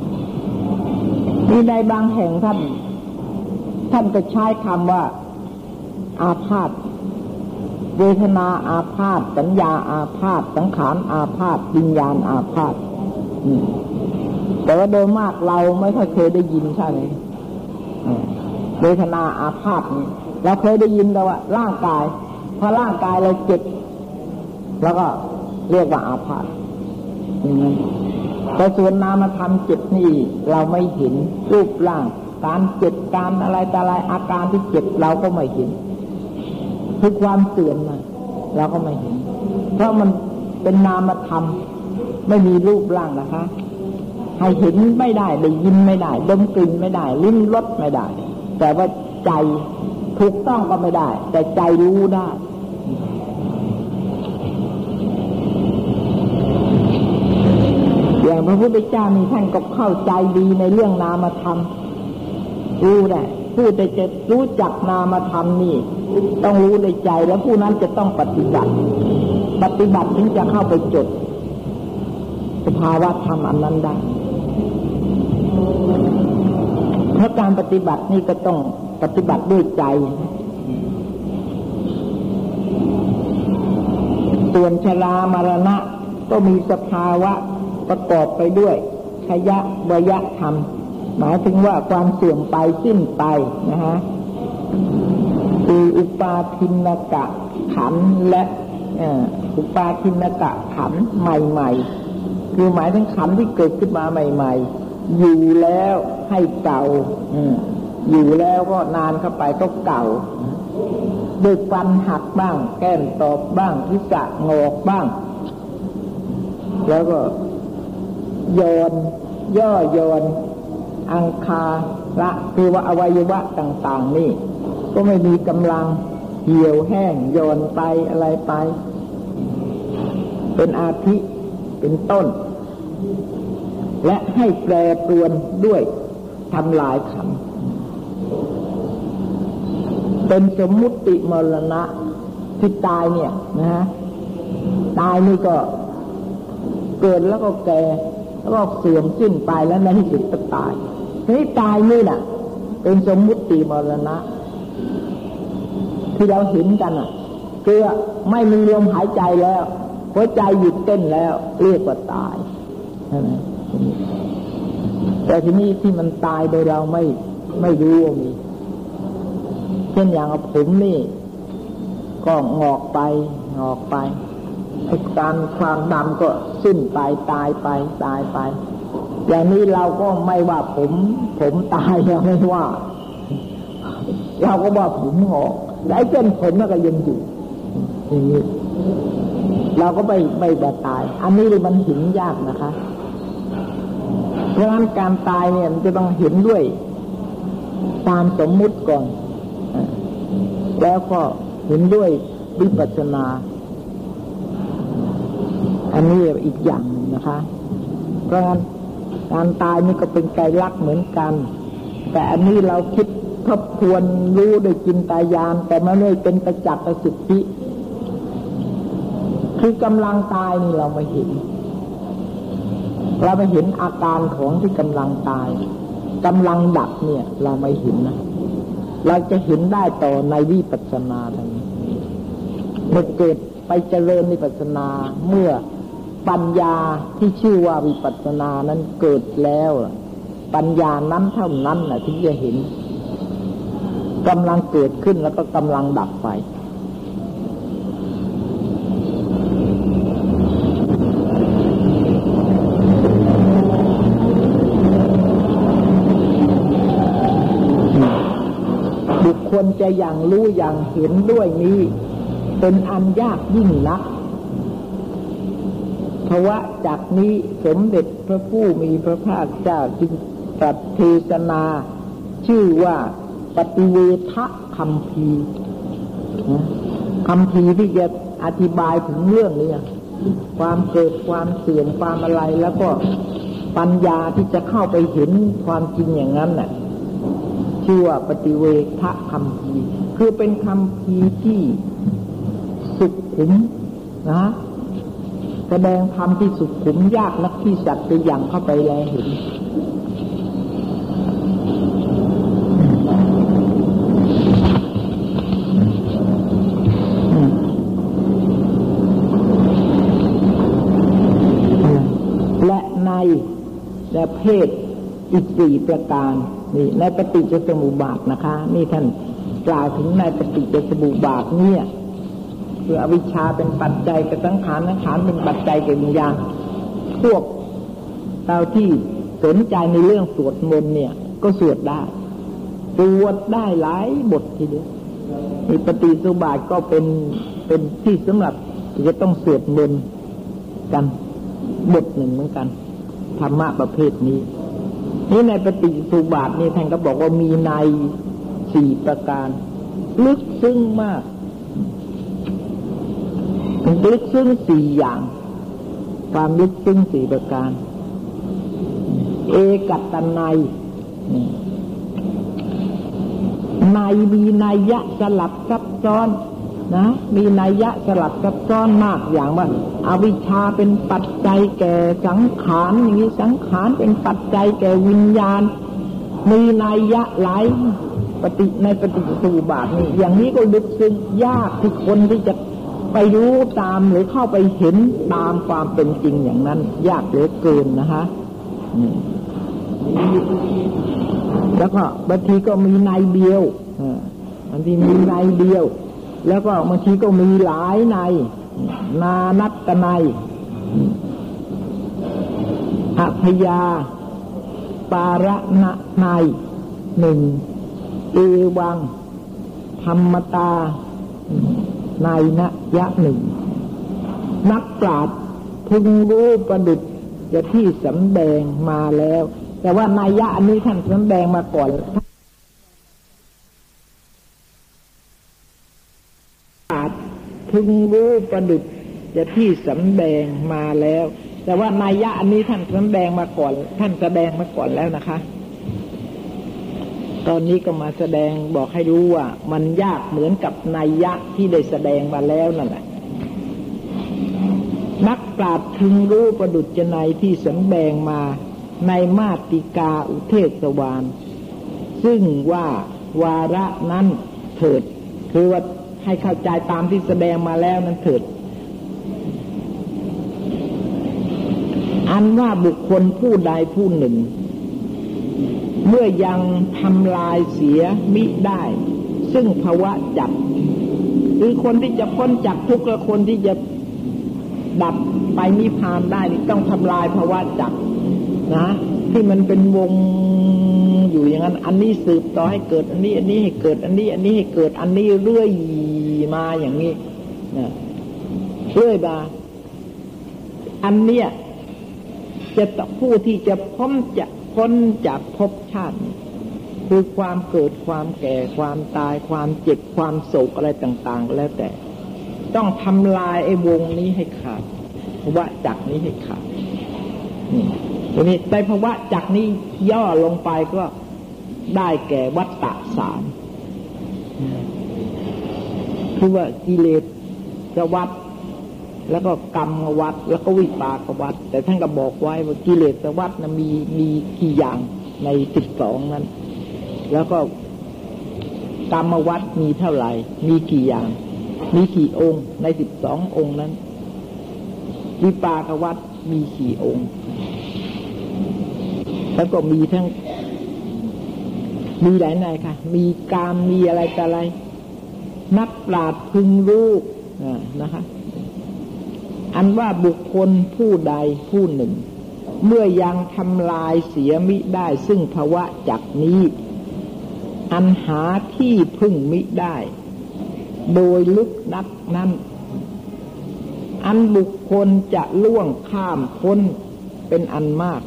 มีในบางแห่งท่านก็ใช้คำว่าอาพาธเวทนาอาพาธสัญญาอาพาธสังขารอาพาธวิญญาณอาพาธแต่ว่าโดยมากเราไม่ค่อยเคยได้ยินใช่ไหมเวทนาอาพาธเราเคยได้ยินแต่ว่าร่างกายพอร่างกายเราเจ็บแล้วก็เรียกว่าอาพาธอย่างนั้นแต่ส่วนนามธรรมเจ็บนี่เราไม่เห็นรูปร่างการเจ็บการอะไรแต่อะไรอาการที่เจ็บเราก็ไม่เห็นคือความเสื่อมนะเราก็ไม่เห็นเพราะมันเป็นนามธรรมไม่มีรูปร่างนะคะให้เห็นไม่ได้ได้ยินไม่ได้ดมกลิ่นไม่ได้ลิ้มรสไม่ได้แต่ว่าใจถูกต้องก็ไม่ได้แต่ใจรู้ได้อย่างพระพุทธเจ้านี่ท่านก็เข้าใจดีในเรื่องนามธรรมรู้ได้ผู้ใดจะรู้จักนามธรรมนี่ต้องรู้ในใจแล้วผู้นั้นจะต้องปฏิบัติถึงจะเข้าไปจดสภาวะธรรมอันนั้นได้เพราะการปฏิบัตินี่ก็ต้องปฏิบัติด้วยใจส่วนชรามรณะก็มีสภาวะประกอบไปด้วยขยะวยธรรมหมายถึงว่าความเสื่อมไปสิ้นไปนะฮะคืออุปาทินกะขันธ์และอุปาทินกะขันธ์ใหม่ๆคือหมายถึงขันธ์ที่เกิดขึ้นมาใหม่ๆอยู่แล้วให้เก่าอยู่แล้วก็นานเข้าไปก็เก่าด้วยฟันหักบ้างแก้มตอบบ้างทิศะงอกบ้างแล้วก็ย่อนอังคาระคือว่าอวัยวะต่างๆนี่ก็ไม่มีกำลังเหี่ยวแห้งย่อนไปอะไรไปเป็นอาทิเป็นต้นและให้แปรปรวนด้วยทำลายขันธ์เป็นสมมุติมรณะที่ตายเนี่ยนะฮะตายนี่ก็เกิดแล้วก็แก่แล้วก็เสื่อมสิ้นไปแล้วในที่สุดก็ตายนี่ตายนี่น่ะเป็นสมมุติมรณะที่เราเห็นกันอ่ะคือไม่มีลมหายใจแล้วหัวใจหยุดเต้นแล้วเรียกว่าตายใช่ไหมแต่ทีนี้ที่มันตายโดยเราไม่รู้ว่ามีเช่นอย่างผมนี่ก็งอกไปไอ้การความดำก็สิ้นไปตายไปอย่างนี้เราก็ไม่ว่าผมตายเราไม่ว่าเราก็ว่าผมงอกและไอ้เส้นผมนั่นก็ยังอยู่อย่างนี้เราก็ไม่บาตายอันนี้มันเห็นยากนะคะเพราะฉะนั้นการตายเนี่ยมันจะต้องเห็นด้วยตามสมมุติก่อนแล้วก็เห็นด้วยวิปัสสนาอันนี้อีกอย่างนึงนะคะเพราะฉะนั้นการตายนี่ก็เป็นไตรลักษณ์เหมือนกันแต่อันนี้เราคิดทบทวนรู้โดยจินตญาณแต่ไม่ได้เป็นประจักษ์ประสิทธิคือกำลังตายนี่เราไม่เห็นอาการของที่กำลังตายกำลังดับเนี่ยเราไม่เห็นนะเราจะเห็นได้ต่อในวิปัสสนาทางนี้เมื่อเกิดไปเจริญวิปัสสนาเมื่อปัญญาที่ชื่อว่าวิปัสสนานั้นเกิดแล้วปัญญานั้นเท่านั้นน่ะที่จะเห็นกำลังเกิดขึ้นแล้วก็กำลังดับไปบุคคลจะอย่างรู้อย่างเห็นด้วยนี้เป็นอันยากยิ่งนักเพราะว่าจากนี้สมเด็จพระผู้มีพระภาคเจ้าจึงตรัสเทศนาชื่อว่าปฏิเวทคัมภีร์คัมภีร์ที่จะอธิบายถึงเรื่องนี้ความเกิดความเสื่อมความอะไรแล้วก็ปัญญาที่จะเข้าไปเห็นความจริงอย่างนั้นน่ะชื่อว่าปฏิเวทคัมภีร์คือเป็นคัมภีร์ที่สุขุมนะแสดงธรรมที่สุขุมยากนักที่สัตว์จะยังเข้าไปแลเห็นและในและเพศอีก4ประการนี่ในปฏิจจสมุปบาทนะคะนี่ท่านกล่าวถึงในปฏิจจสมุปบาทเนี่ยคืออวิชชาเป็นปัจจัยกับสังขารเป็นปัจจัยแก่วิญญาณพวกเราที่สนใจในเรื่องสวดมนต์เนี่ยก็สวดได้หลายบททีเดียวในปฏิจจสมุปบาทก็เป็นที่สำหรับที่จะต้องสวดมนต์กันบทหนึ่งเหมือนกันธรรมะประเภทนี้นี่ในปฏิจจสมุปบาทนี่ท่านก็บอกว่ามีใน4ประการลึกซึ้งมากลึกซึ้ง4อย่างความลึกซึ้ง4ประการเอกัตตันนัยในมีนัยยะสลับซับซ้อนนะมีนัยยะสลับซับซ้อนมากอย่างว่าอวิชชาเป็นปัจจัยแก่สังขารอย่างนี้สังขารเป็นปัจจัยแก่วิญญาณมีนัยยะหลายปฏิสุบาทนี่อย่างนี้ก็ลึกซึ้งยากที่คนที่จะไปรู้ตามหรือเข้าไปเห็นตามความเป็นจริงอย่างนั้นยากเหลือเกินนะคะแล้วก็บางทีก็มีในเดียวบางทีมีในเดียวแล้วก็บางทีก็มีหลายในนานัตตนัยอภยาปาระณะในหนึ่งเอวังธรรมตาในนะยะหนึ่งนักปราชญ์พึงรู้ประดุจจะที่สำแดงมาแล้วแต่ว่านัยยะอันนี้ท่านสำแดงมาก่อนปราชญ์พึงรู้ประดุจจะที่สำแดงมาแล้วแต่ว่านัยยะอันนี้ท่านสำแดงมาก่อนท่านแสดงมาก่อนแล้วนะคะตอนนี้ก็มาแสดงบอกให้รู้ว่ามันยากเหมือนกับนัยยะที่ได้แสดงมาแล้วนั่นแหละนักปราชญ์พึงรู้ประดุจนัยที่สำแดงมาในมาติกาอุเทศวานซึ่งว่าวาระนั้นเถิดคือว่าให้เข้าใจตามที่แสดงมาแล้วนั้นเถิดอันว่าบุคคลผู้ใดผู้หนึ่งเมื่อยังทำลายเสียมิได้ซึ่งภวะจักรคือคนที่จะพ้นจากทุกข์และคนที่จะดับไปนิพพานได้นี่ต้องทำลายภวะจักรนะที่มันเป็นวงอยู่อย่างนั้นอันนี้สืบต่อให้เกิดอันนี้ให้เกิดอันนี้ให้เกิดอันนี้เรื่อยมาอย่างนี้นะเรื่อยมาอันเนี้ยจะผู้ที่จะพ้นจากภพชาติคือความเกิดความแก่ความตายความเจ็บความโศกอะไรต่างๆแล้วแต่ต้องทำลายไอ้วงนี้ให้ขาดภวะจักรนี้ให้ขาดทีนี้ในภวะจักรนี้ย่อลงไปก็ได้แก่วัฏฏะสามคือว่ากิเลสวัฏแล้วก็กรรมวัฏแล้วก็วิปากวัฏแต่ท่านก็บอกไว้ว่ากิเลสวัฏนะมีกี่อย่างใน12นั้นแล้วก็กรรมวัฏมีเท่าไหร่มีกี่อย่างมีกี่องค์ใน12องค์นั้นวิปากวัฏมีกี่องค์แล้วก็มีทั้งมีหลายในค่ะมีกามมีอะไรต่ออะไรนักปราชญ์พึงรู้นะคะอันว่าบุคคลผู้ใดผู้หนึ่งเมื่อยังทำลายเสียมิได้ซึ่งภวะจักรนี้อันหาที่พึ่งมิได้โดยลึกนักนั้นอันบุคคลจะล่วงข้ามพ้นเป็นอันมาก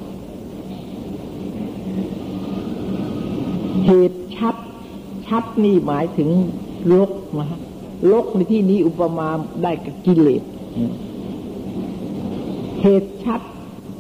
เหตุชัดนี่หมายถึงลกนะลกในที่นี้อุปมาได้กับกิเลสเหตุชัด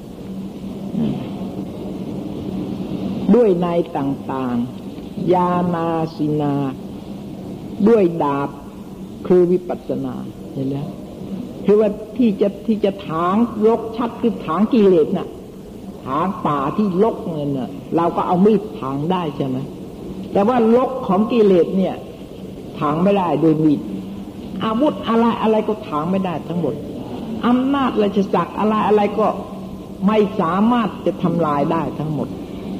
ด้วยในต่างๆยานาสินาด้วยดาบคือวิปัสสนาเห็นแล้วคือว่าที่จะถางลกชัดคือถางกิเลสน่ะถางป่าที่ลกเงินน่ะเราก็เอามีดถางได้ใช่ไหมแต่ว่าลกของกิเลสเนี่ยถางไม่ได้โดยมีดอาวุธอะไรก็ถางไม่ได้ทั้งหมดอำนาจราชศักดิ์อะไรก็ไม่สามารถจะทำลายได้ทั้งหมด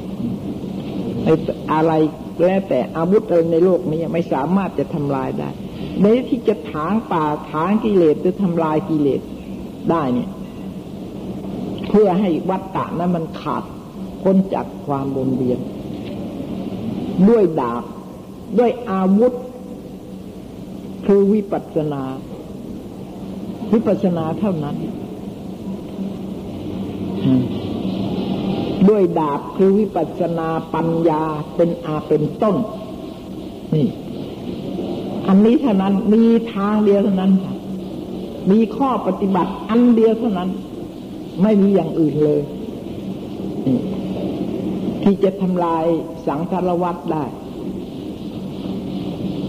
อะไรแล้วแต่อาวุธในโลกนี้ไม่สามารถจะทำลายได้ในที่จะถางป่าถางกิเลสหรือทำลายกิเลสได้เนี่ยเพื่อให้วัฏฏะนั้นมันขาดพ้นจากความวนเวียนด้วยดาบด้วยอาวุธคือวิปัสสนาเท่านั้นด้วยดาบคือวิปัสสนาปัญญาเป็นต้นนี่อันนี้เท่านั้นมีทางเดียวเท่านั้นมีข้อปฏิบัติอันเดียวเท่านั้นไม่มีอย่างอื่นเลยที่จะทำลายสังสารวัฏได้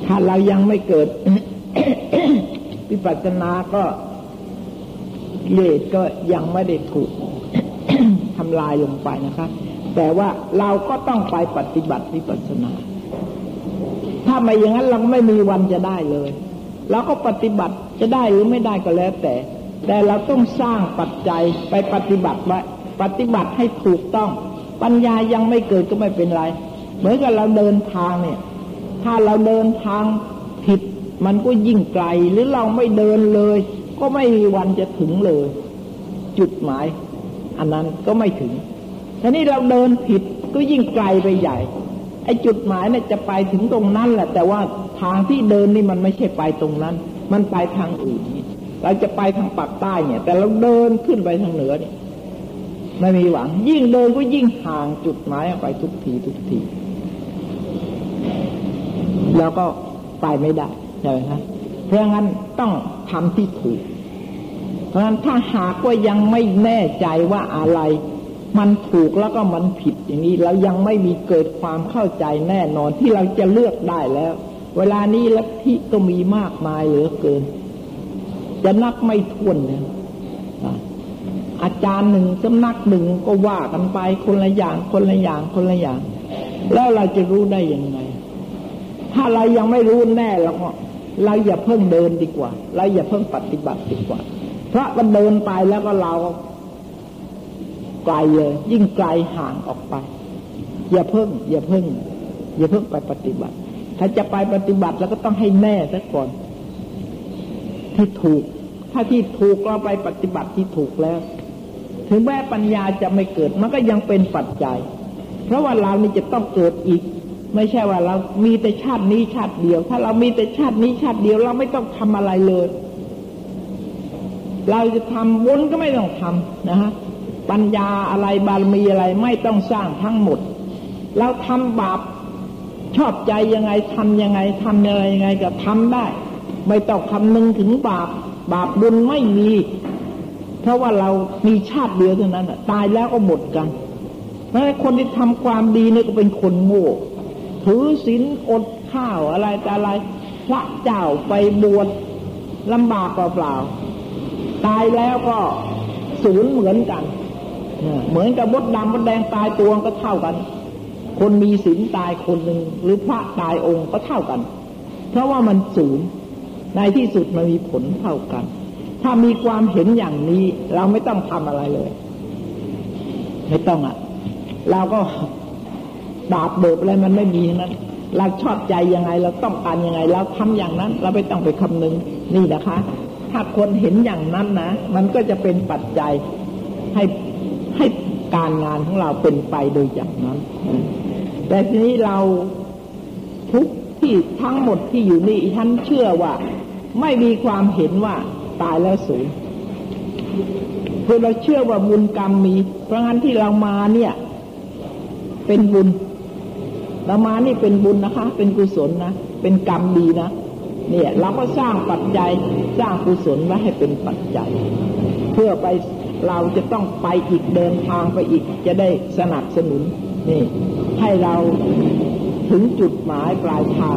ถ้าเรายังไม่เกิด วิปัสสนาก็กิเลสก็ยังไม่ได้ถูก ทำลายลงไปนะคะแต่ว่าเราก็ต้องไปปฏิบัติวิปัสสนาถ้าไม่อย่างนั้นเราไม่มีวันจะได้เลยเราก็ปฏิบัติจะได้หรือไม่ได้ก็แล้วแต่เราต้องสร้างปัจจัยไปปฏิบัติไว้ปฏิบัติให้ถูกต้องปัญญายังไม่เกิดก็ไม่เป็นไรเหมือนกับเราเดินทางเนี่ยถ้าเราเดินทางผิดมันก็ยิ่งไกลหรือเราไม่เดินเลยก็ไม่มีวันจะถึงเลยจุดหมายอันนั้นก็ไม่ถึงทีนี้เราเดินผิดก็ยิ่งไกลไปใหญ่ไอ้จุดหมายเนี่ยจะไปถึงตรงนั้นแหละแต่ว่าทางที่เดินนี่มันไม่ใช่ไปตรงนั้นมันไปทางอื่นเราจะไปทางปากใต้เนี่ยแต่เราเดินขึ้นไปทางเหนือเนี่ยไม่มีหวังยิ่งเดินก็ยิ่งห่างจุดหมายไปทุกทีแล้วก็ไปไม่ได้ใช่ไหมครับเพราะงั้นต้องทำที่ถูกเพราะฉะนั้นถ้าหากว่ายังไม่แน่ใจว่าอะไรมันถูกแล้วก็มันผิดอย่างนี้เรายังไม่มีเกิดความเข้าใจแน่นอนที่เราจะเลือกได้แล้วเวลานี้ลัทธิก็มีมากมายเหลือเกินจะนับไม่ถ้วนเนี่ยอาจารย์หนึ่งสำนักหนึ่งก็ว่ากันไปคนละอย่างแล้วเราจะรู้ได้ยังไงถ้าเรายังไม่รู้แน่แล้วก็เราอย่าเพิ่งเดินดีกว่าเราอย่าเพิ่งปฏิบัติดีกว่าเพราะมันเดินไปแล้วก็เราไกลเลยยิ่งไกลห่างออกไปอย่าเพิ่งไปปฏิบัติถ้าจะไปปฏิบัติแล้วก็ต้องให้แน่ซะก่อนที่ถูกถ้าที่ถูกเราไปปฏิบัติที่ถูกแล้วถึงแม้ปัญญาจะไม่เกิดมันก็ยังเป็นปัจจัยเพราะว่าเรานี่จะต้องเกิดอีกไม่ใช่ว่าเรามีแต่ชาตินี้ชาติเดียวถ้าเรามีแต่ชาตินี้ชาติเดียวเราไม่ต้องทำอะไรเลยเราจะทำบุญก็ไม่ต้องทำนะฮะปัญญาอะไรบารมีอะไรไม่ต้องสร้างทั้งหมดเราทำบาปชอบใจยังไงทำยังไงก็ทำได้ไม่ต้องคำนึงถึงบาปบุญไม่มีเพราะว่าเรามีชาติเดียวเท่านั้นตายแล้วก็หมดกันเพราะคนที่ทำความดีนี่ก็เป็นคนโง่ถือศีลอดข้าวอะไรแต่อะไรพระเจ้าไปบวชลำบากเปล่าตายแล้วก็สูญเหมือนกันเหมือนกับมดดำมดแดงตายตัวก็เท่ากันคนมีศีลตายคนหนึ่งหรือพระตายองค์ก็เท่ากันเพราะว่ามันสูญในที่สุดมันมีผลเท่ากันถ้ามีความเห็นอย่างนี้เราไม่ต้องทำอะไรเลยไม่ต้องเราก็บาปเบิกอะไรมันไม่มีนั้นเราชอบใจยังไงเราต้องการยังไงเราทำอย่างนั้นเราไม่ต้องไปคำนึงนี่นะคะถ้าคนเห็นอย่างนั้นนะมันก็จะเป็นปัจจัยให้การงานของเราเป็นไปโดยอย่างนั้นแต่ทีนี้เราทุกที่ทั้งหมดที่อยู่นี่ฉันเชื่อว่าไม่มีความเห็นว่าตายแล้วสูญคือเราเชื่อว่าบุญกรรมมีเพราะงั้นที่เรามาเนี่ยเป็นบุญเรามานี่เป็นบุญนะคะเป็นกุศลนะเป็นกรรมดีนะเนี่ยเราก็สร้างปัจจัยสร้างกุศลไว้ให้เป็นปัจจัยเพื่อไปเราจะต้องไปอีกเดินทางไปอีกจะได้สนับสนุนนี่ให้เราถึงจุดหมายปลายทาง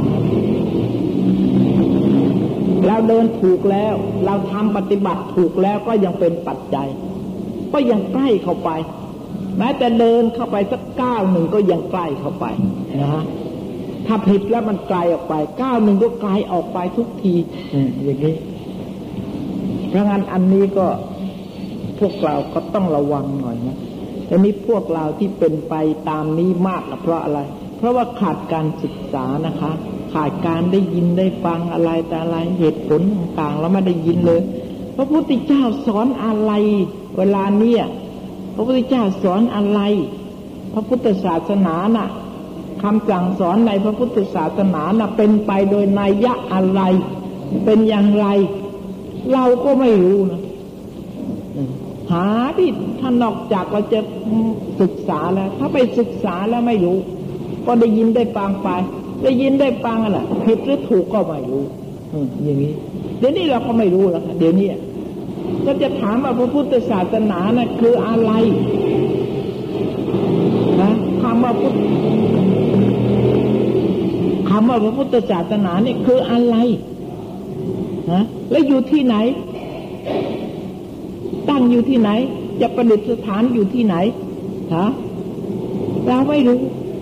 เราเดินถูกแล้วเราทำปฏิบัติถูกแล้วก็ยังเป็นปัจจัยก็ยังใกล้เข้าไปแม้แต่เดินเข้าไปสักก้าวหนึ่งก็ยังใกล้เข้าไปนะฮะถ้าผิดแล้วมันไกลออกไปก้าวหนึ่งก็ไกลออกไปทุกทีอย่างนี้เพราะงั้นอันนี้ก็พวกเราก็ต้องระวังหน่อยนะแต่นี้พวกเราที่เป็นไปตามนี้มากเพราะอะไรเพราะว่าขาดการศึกษานะคะขาดการได้ยินได้ฟังอะไรแต่อะไรเหตุผลต่างๆเราไม่ได้ยินเลยพระพุทธเจ้าสอนอะไรเวลาเนี้ยพระพุทธเจ้าสอนอะไรพระพุทธศาสนาน่ะคำสั่งสอนในพระพุทธศาสนาน่ะเป็นไปโดยนัยยะอะไรเป็นอย่างไรเราก็ไม่รู้นะหาที่ท่านนอกจากเราจะศึกษาแล้วถ้าไปศึกษาแล้วไม่รู้ก็ได้ยินได้ฟังไปได้ยินได้ฟังน่ะผิดหรือถูกก็ไม่รู้อย่างนี้เดี๋ยวนี้เราก็ไม่รู้แล้วเดี๋ยวนี้ก็จะถามว่าพระพุทธศาสนาน่ะคืออะไรนะคำว่าว่าพระพุทธศาสนาเนี่ยคืออะไรนะแล้วอยู่ที่ไหนตั้งอยู่ที่ไหนจะประดิษฐานอยู่ที่ไหนฮะเราไม่รู้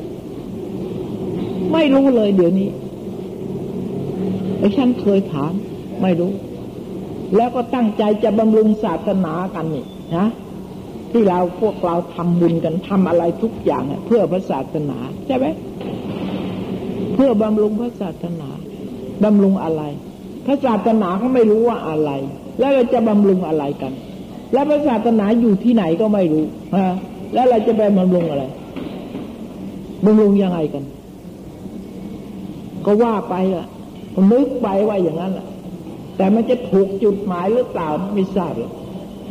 เลยเดี๋ยวนี้ไอ้ฉันเคยถามไม่รู้แล้วก็ตั้งใจจะบำรุงศาสนากันนี่นะที่พวกเราทำบุญกันทำอะไรทุกอย่างเพื่อพระศาสนาใช่ไหมเพื่อบำรุงพระศาสนาบำรุงอะไรพระศาสนาเขาไม่รู้ว่าอะไรแล้วเราจะบำรุงอะไรกันแล้วพระศาสนาอยู่ที่ไหนก็ไม่รู้ฮะแล้วเราจะไปบำรุงอะไรบำรุงยังไงกันก็ว่าไปละนึกไปว่าอย่างนั้นแหละแต่มันจะถูกจุดหมายหรือเปล่าไม่ทราบหรอก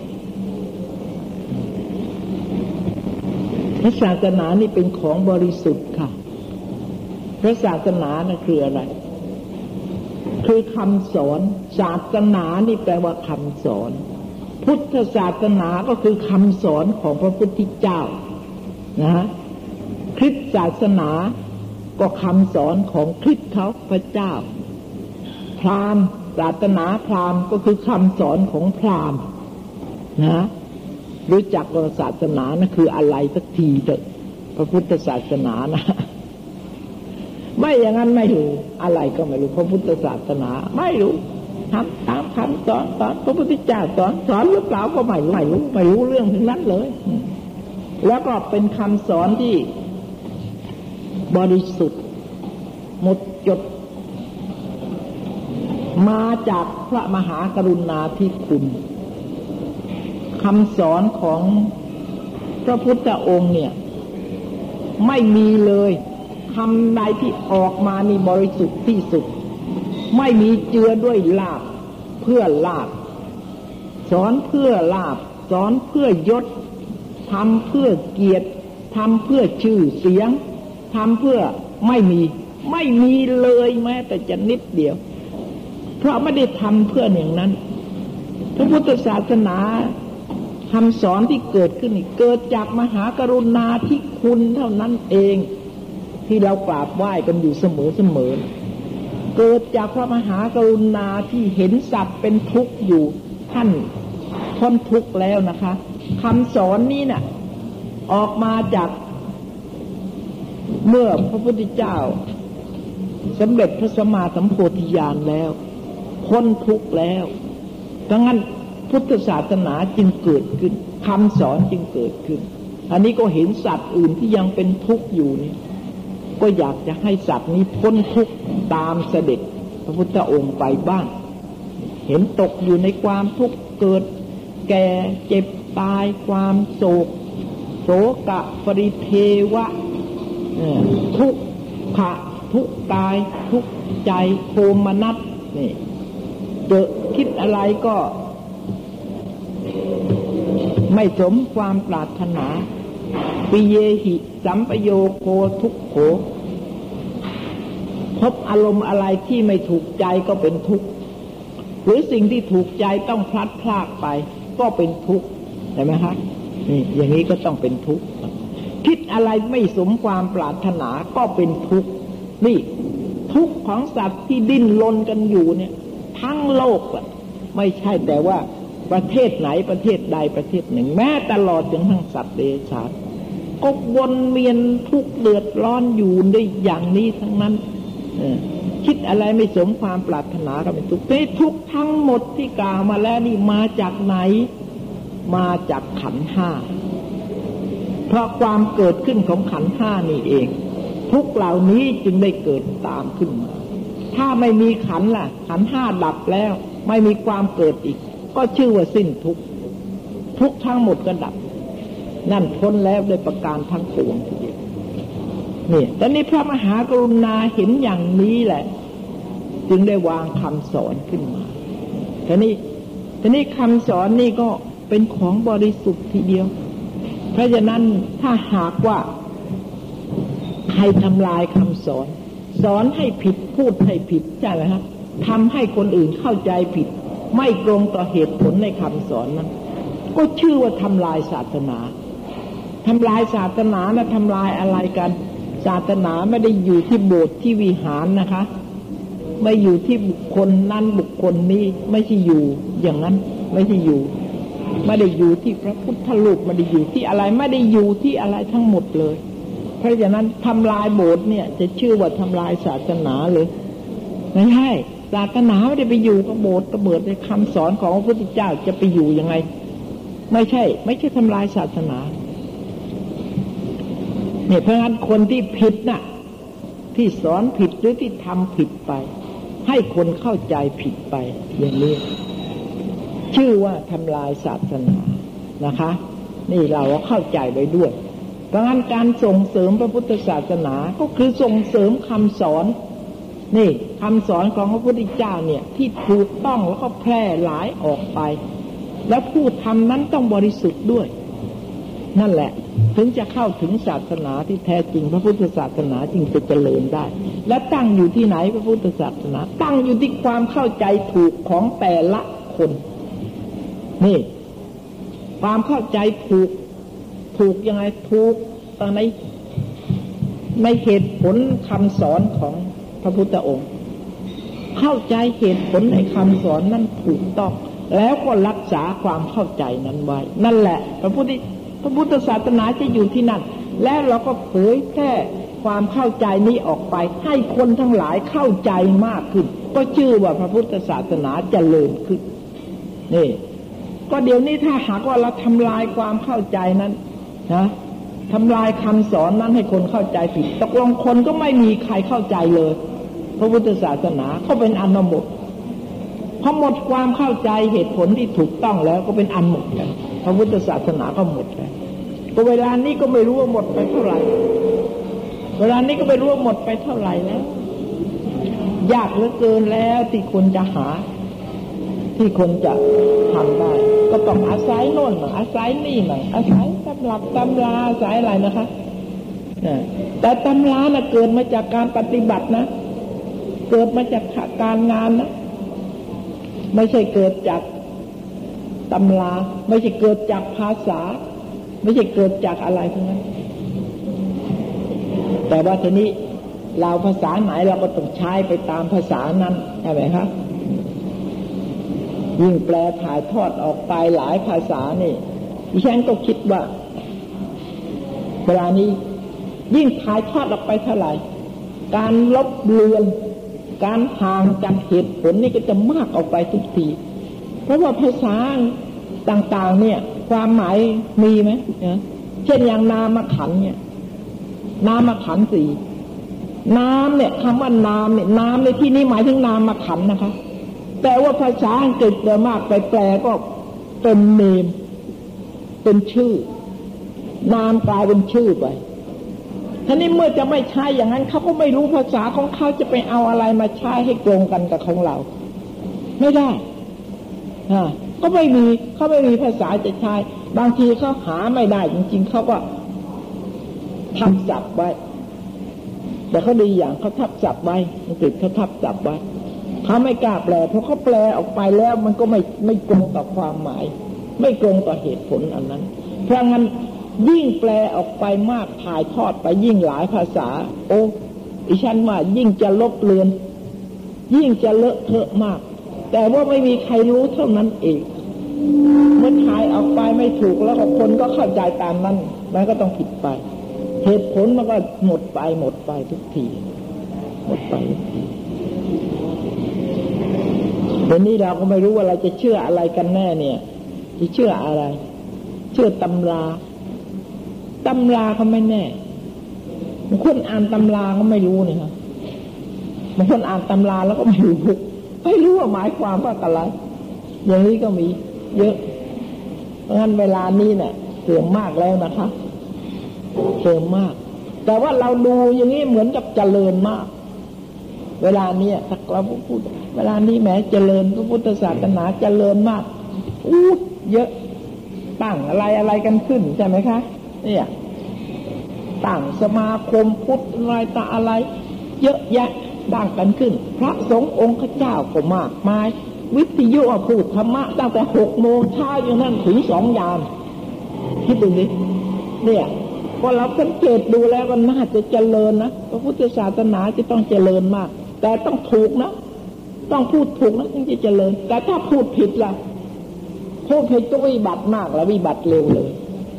พระศาสนานี่เป็นของบริสุทธิ์ค่ะพระศาสนานะคืออะไรคือคำสอนศาสนานี่แปลว่าคำสอนพุทธศาสนาก็คือคำสอนของพระพุทธเจ้านะคริสตศาสนาก็คำสอนของคริสต์เขาพระเจ้าพราหมณ์ศาสนาพราหมณ์ก็คือคำสอนของพราหมณ์นะรู้จักว่าศาสนานะคืออะไรสักทีเถอะพระพุทธศาสนานะไม่อย่างนั้นไม่รู้อะไรก็ไม่รู้พระพุทธศาสนาไม่รู้ทำตามคำสอนพระพุทธเจ้าสอนหรือเปล่าก็ไม่รู้เรื่องถึงนั้นเลยแล้วก็เป็นคำสอนที่บริสุทธิ์หมดจดมาจากพระมหากรุณาธิคุณคำสอนของพระพุทธองค์เนี่ยไม่มีเลยคำใดที่ออกมานี่บริสุทธิ์ที่สุดไม่มีเจือด้วยลาภเพื่อลาภสอนเพื่อลาภสอนเพื่อยศทำเพื่อเกียรติทำเพื่อชื่อเสียงทำเพื่อไม่มีเลยแม้แต่จะนิดเดียวเพราะไม่ได้ทำเพื่ออย่างนั้นพระพุทธศาสนาคำสอนที่เกิดขึ้นนี่เกิดจากมหากรุณาธิคุณเท่านั้นเองที่เรากราบไหว้กันอยู่เสมอเกิดจากพระมหากรุณาที่เห็นสัตว์เป็นทุกข์อยู่ท่านพ้นทุกข์แล้วนะคะคำสอนนี้น่ะออกมาจากเมื่อพระพุทธเจ้าสำเร็จพระสัมมาสัมโพธิญาณแล้วพ้นทุกข์แล้วดังนั้นพุทธศาสนาจึงเกิดขึ้นคำสอนจึงเกิดขึ้นอันนี้ก็เห็นสัตว์อื่นที่ยังเป็นทุกข์อยู่นี่ก็อยากจะให้สัตว์นี้พ้นทุกข์ตามเสด็จพระพุทธองค์ไปบ้างเห็นตกอยู่ในความทุกข์เกิดแก่เจ็บตายความโศกโศกะปริเทวะทุกขะทุกกายทุกใจโทมนัสนี่เจอคิดอะไรก็ไม่สมความปรารถนาปิเยหิสัมปโยโคทุกโขพบอารมณ์อะไรที่ไม่ถูกใจก็เป็นทุกข์หรือสิ่งที่ถูกใจต้องพลัดพรากไปก็เป็นทุกข์ใช่ไหมครับนี่อย่างนี้ก็ต้องเป็นทุกข์คิดอะไรไม่สมความปรารถนาก็เป็นทุกข์นี่ทุกข์ของสัตว์ที่ดิ้นรนกันอยู่เนี่ยทั้งโลกอะไม่ใช่แต่ว่าประเทศไหนประเทศใดประเทศหนึ่งแม้ตลอดจนทั้งสัตว์เดรัจฉานก็วนเวียนทุกข์เดือดร้อนอยู่ในอย่างนี้ทั้งนั้นคิดอะไรไม่สมความปรารถนาก็เป็นทุกข์ทุกข์ทั้งหมดที่กล่าวมาแล้วนี่มาจากไหนมาจากขันธ์ห้าเพราะความเกิดขึ้นของขันธ์ห้านี่เองทุกข์เหล่านี้จึงได้เกิดตามขึ้นมาถ้าไม่มีขันธ์ล่ะขันธ์ห้าดับแล้วไม่มีความเกิดอีกก็ชื่อว่าสิ้นทุกข์ทุกข์ทั้งหมดก็ดับนั่นพ้นแล้วโดยประการทั้งปวงทีเดียวนี่ตอนนี้พระมหากรุณาเห็นอย่างนี้แหละจึงได้วางคำสอนขึ้นมาทีนี้คำสอนนี่ก็เป็นของบริสุทธิ์ทีเดียวเพราะฉะนั้นถ้าหากว่าใครทำลายคำสอนสอนให้ผิดพูดให้ผิดใช่ไหมครับทำให้คนอื่นเข้าใจผิดไม่ตรงต่อเหตุผลในคำสอนนั้นก็ชื่อว่าทำลายศาสนาทำลายศาสนาและทำลายอะไรกันศาสนาไม่ได้อยู่ที่โบสถ์ที่วิหารนะคะไม่อยู่ที่บุคคลนั้นบุคคลนี้ไม่ใช่อยู่อย่างนั้นไม่ใช่อยู่ไม่ได้อยู่ที่พระพุทธรูปไม่ได้อยู่ที่อะไรไม่ได้อยู่ที่อะไรทั้งหมดเลยเพราะฉะนั้นทำลายโบสถ์เนี่ยจะชื่อว่าทำลายศาสนาเลยไม่ใช่ศาสนาไม่ได้ไปอยู่กับโบสถ์กับเบิดในคำสอนของพระพุทธเจ้าจะไปอยู่ยังไงไม่ใช่ทำลายศาสนาเนี่ยเพราะฉะนั้นคนที่ผิดน่ะที่สอนผิดหรือที่ทำผิดไปให้คนเข้าใจผิดไปอย่างนี้ชื่อว่าทำลายศาสนานะคะนี่เราเข้าใจไว้ด้วยเพราะงั้นการส่งเสริมพระพุทธศาสนาก็คือส่งเสริมคำสอนนี่คำสอนของพระพุทธเจ้าเนี่ยที่ถูกต้องแล้วก็แพร่หลายออกไปแล้วผู้ทำนั้นต้องบริสุทธิ์ด้วยนั่นแหละถึงจะเข้าถึงศาสนาที่แท้จริงพระพุทธศาสนาจึงจะเจริญได้และตั้งอยู่ที่ไหนพระพุทธศาสนาตั้งอยู่ที่ความเข้าใจถูกของแต่ละคนนี่ความเข้าใจถูกยังไงถูกในเหตุผลคำสอนของพระพุทธองค์เข้าใจเหตุผลในคำสอนนั้นถูกต้องแล้วก็รักษาความเข้าใจนั้นไว้นั่นแหละพระพุทธศาสนาจะอยู่ที่นั่นและเราก็เผยแพร่ความเข้าใจนี้ออกไปให้คนทั้งหลายเข้าใจมากขึ้นก็ชื่อว่าพระพุทธศาสนาเจริญขึ้นนี่ก็เดี๋ยวนี้ถ้าหากว่าเราทำลายความเข้าใจนั้นนะทำลายคำสอนนั้นให้คนเข้าใจผิดตกลงคนก็ไม่มีใครเข้าใจเลยพระพุทธศาสนาก็เป็นอันหมดพอหมดความเข้าใจเหตุผลที่ถูกต้องแล้วก็เป็นอันหมดกันพระพุทธศาสนาก็หมดแล้วก็เวลานี้ก็ไม่รู้ว่าหมดไปเท่าไหร่เวลานี้ก็ไม่รู้ว่าหมดไปเท่าไหร่แล้วยากเหลือเกินแล้วที่คนจะหาที่คนจะทำได้ก็ต้องอาศัยโน่นมั่งอาศัยนี่มั่งอาศัยตำรับตำราอาศัยอะไรนะคะแต่ตำราน่ะเกิดมาจากการปฏิบัตินะเกิดมาจากการงานนะไม่ใช่เกิดจากตำราไม่ใช่เกิดจากภาษาไม่ใช่เกิดจากอะไรทั้งนั้นแต่ว่าทีนี้เราภาษาไหนเราก็ต้องใช้ไปตามภาษานั้นใช่ไหมครับยิ่งแปลถ่ายทอดออกไปหลายภาษานี่ดิฉันก็คิดว่าเวลานี้ยิ่งถ่ายทอดออกไปเท่าไหร่การลบเลือนการห่างจากเหตุผลนี่ก็จะมากออกไปทุกทีเพราะว่าภาษาต่างๆเนี่ยความหมายมีไหมเช่นอย่างนามขันธ์เนี่ยนามขันธ์สี่น้ำเนี่ยคำว่าน้ำเนี่ยน้ำในที่นี้หมายถึงนามขันธ์นะคะแต่ว่าภาษาอังกฤษโดยมากไปแปลก็เป็นเนมเป็นชื่อนามกลายเป็นชื่อไปทีนี้เมื่อจะไม่ใช้อย่างนั้นเขาก็ไม่รู้ภาษาของเขาจะไปเอาอะไรมาใช้ให้ตรงกันกับของเราไม่ได้ก็ไม่มีเขาไม่มีภาษาจะใช้บางทีเขาหาไม่ได้จริงๆเขาก็ทับศัพท์ไว้แต่เขาดีอย่างเขาทับศัพท์ไว้อังกฤษเขาทับศัพท์ไว้เขาไม่กล้าแปลเพราะเขาแปลออกไปแล้วมันก็ไม่ตรงต่อความหมายไม่ตรงต่อเหตุผลอันนั้นเพราะงั้นยิ่งแปลออกไปมากถ่ายทอดไปยิ่งหลายภาษาโอ้ดิฉันว่ายิ่งจะลบเลือนยิ่งจะเลอะเทอะมากแต่ว่าไม่มีใครรู้เท่านั้นเองเมื่อถ่ายออกไปไม่ถูกแล้วก็คนก็เข้าใจตามนั้นมันก็ต้องผิดไปเหตุผลมันก็หมดไปทุกทีหมดไปทุกทีเดี๋ยวนี้เราก็ไม่รู้ว่าเราจะเชื่ออะไรกันแน่เนี่ยจะเชื่ออะไรเชื่อตำราเขาไม่แน่บางคนอ่านตำราก็ไม่รู้เนี่ยครับบางคนอ่านตำราแล้วก็ไม่รู้ว่าหมายความว่าอะไรอย่างนี้ก็มีเยอะเพราะงั้นเวลานี้เนี่ยเสื่อมมากแล้วนะคะเสื่อมมากแต่ว่าเราดูอย่างนี้เหมือนกับเจริญมากเวลานี้ถ้าเราพูดเวลานี้แหมเจริญพระพุทธศาสนาเจริญมากเยอะตั้งอะไรกันขึ้นใช่ไหมคะเนี่ยตั้งสมาคมพุทธอะไรต่ออะไรเยอะแยะตั้งกันขึ้นพระสงฆ์องค์เจ้าก็มากมายวิทยุพูดธรรมะตั้งแต่6 โมงเช้าอย่างนั้นถึง2 ยามคิดดูดิเนี่ยก็เราสังเกตดูแล้วก็น่าจะเจริญนะพระพุทธศาสนาจะต้องเจริญมากแต่ต้องถูกนะต้องพูดถูกนะถึงจะเจริญแต่ถ้าพูดผิดล่ะพูดผิดก็วิบัติมากแล้ววิบัติเร็วเลย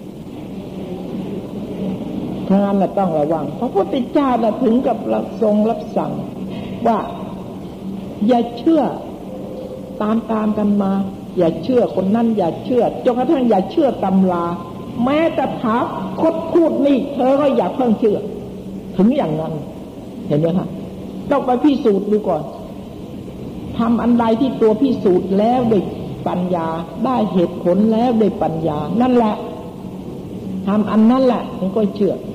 เพราะงั้นเราต้องระวังพระพุทธเจ้าถึงกับทรงรับสั่งว่าอย่าเชื่อตามกันมาอย่าเชื่อคนนั้นอย่าเชื่อจนกระทั่งอย่าเชื่อตำราแม้แต่ถามคดพูดนี่เธอก็อย่าเพิ่งเชื่อถึงอย่างนั้นเห็นไหมคะต้องไปพิสูจน์ดูก่อนทำอันใดที่ตัวพิสูจน์แล้วด้วยปัญญาได้เหตุผลแล้วด้วยปัญญานั่นแหละทำอันนั้นแหละถึงก็เชื่อ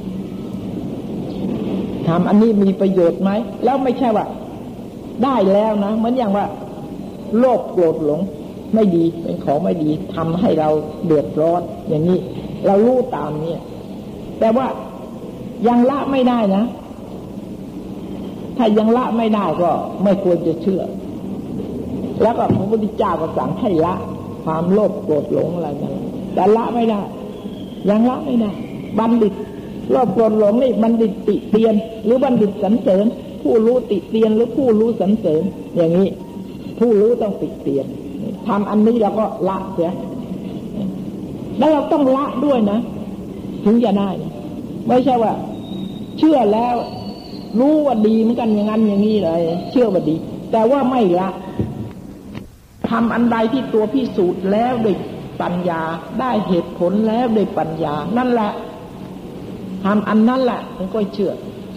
ทำอันนี้มีประโยชน์ไหมแล้วไม่ใช่ว่าได้แล้วนะเหมือนอย่างว่าโลภโกรธหลงไม่ดีเป็นของไม่ดีทำให้เราเดือดร้อนอย่างนี้เรารู้ตามนี้แต่ว่ายังละไม่ได้นะถ้ายังละไม่ได้ก็ไม่ควรจะเชื่อแล้วก็พระพุทธเจ้าก็สั่งให้ละความโลภโกรธหลงอะไรนั่นแต่ละไม่ได้ยังละไม่ได้บัณฑิตโลภโกรธหลงนี่บัณฑิตติเตียนหรือบัณฑิตสรรเสริญผู้รู้ติเตียนหรือผู้รู้สรรเสริญอย่างนี้ผู้รู้ต้องติเตียนทำอันนี้เราก็ละเสียแล้วเราต้องละด้วยนะถึงจะได้ไม่ใช่ว่าเชื่อแล้วรู้ว่าดีเหมือนกันอย่างนั้นอย่างนี้เลยเชื่อว่าดีแต่ว่าไม่ละทำอันใดที่ตัวพิสูจน์แล้วด้วยปัญญาได้เหตุผลแล้วด้วยปัญญานั่นแหละทำอันนั้นแหละมันก็เชื่อ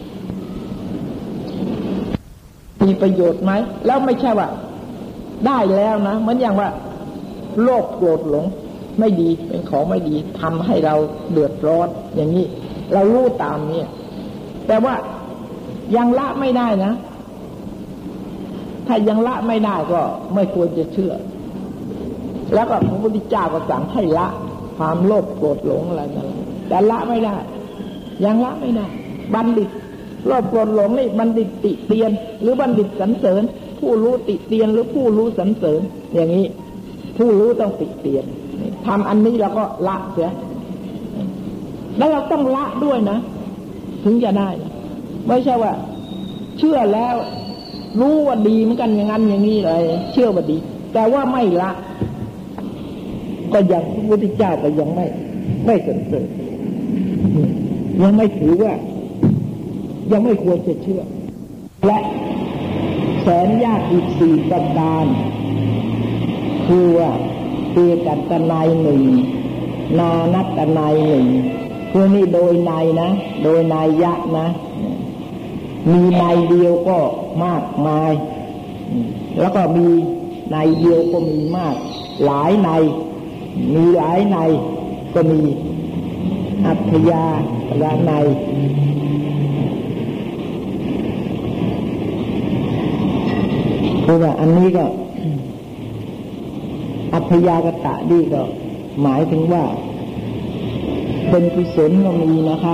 มีประโยชน์ไหมแล้วไม่ใช่ว่าได้แล้วนะเหมือนอย่างว่าโลภโกรธหลงไม่ดีเป็นของไม่ดีทำให้เราเดือดร้อนอย่างนี้เรารู้ตามนี้แต่ว่ายังละไม่ได้นะถ้ายังละไม่ได้ก็ไม่ควรจะเชื่อแล้วก็พระพุทธเจ้าก็สั่งให้ละความโลภโกรธหลงอะไรนั่นแต่ละไม่ได้ยังละไม่ได้บัณฑิตโลภโกรธหลงนี่บัณฑิตติเตียนหรือบัณฑิตสรรเสริญผู้รู้ติเตียนหรือผู้รู้สรรเสริญอย่างนี้ผู้รู้ต้องติเตียนทำอันนี้เราก็ละเสียแล้วเราต้องละด้วยนะถึงจะได้นะไม่ใช่ว่าเชื่อแล้วรู้ว่าดีเหมือนกันอย่างนั้นอย่างนี้เลยเชื่อว่าดีแต่ว่าไม่ละก็ยังพระพุทธเจ้าก็ยังไม่สรรเสริญยังไม่ถือว่ายังไม่ควรจะเชื่อและแสนยากอีก4ประการคือว่าเตียกัตนัย1นานัตนัย1คือนี่โดยในนะโดยนัยยะนะมีในเดียวก็มากมายแล้วก็มีในเดียวก็มีมากหลายในมีหลายในก็มีอัพยาระในคือว่าอันนี้ก็อัพยากตะนี่ก็หมายถึงว่าเป็นกุศลก็มีนะคะ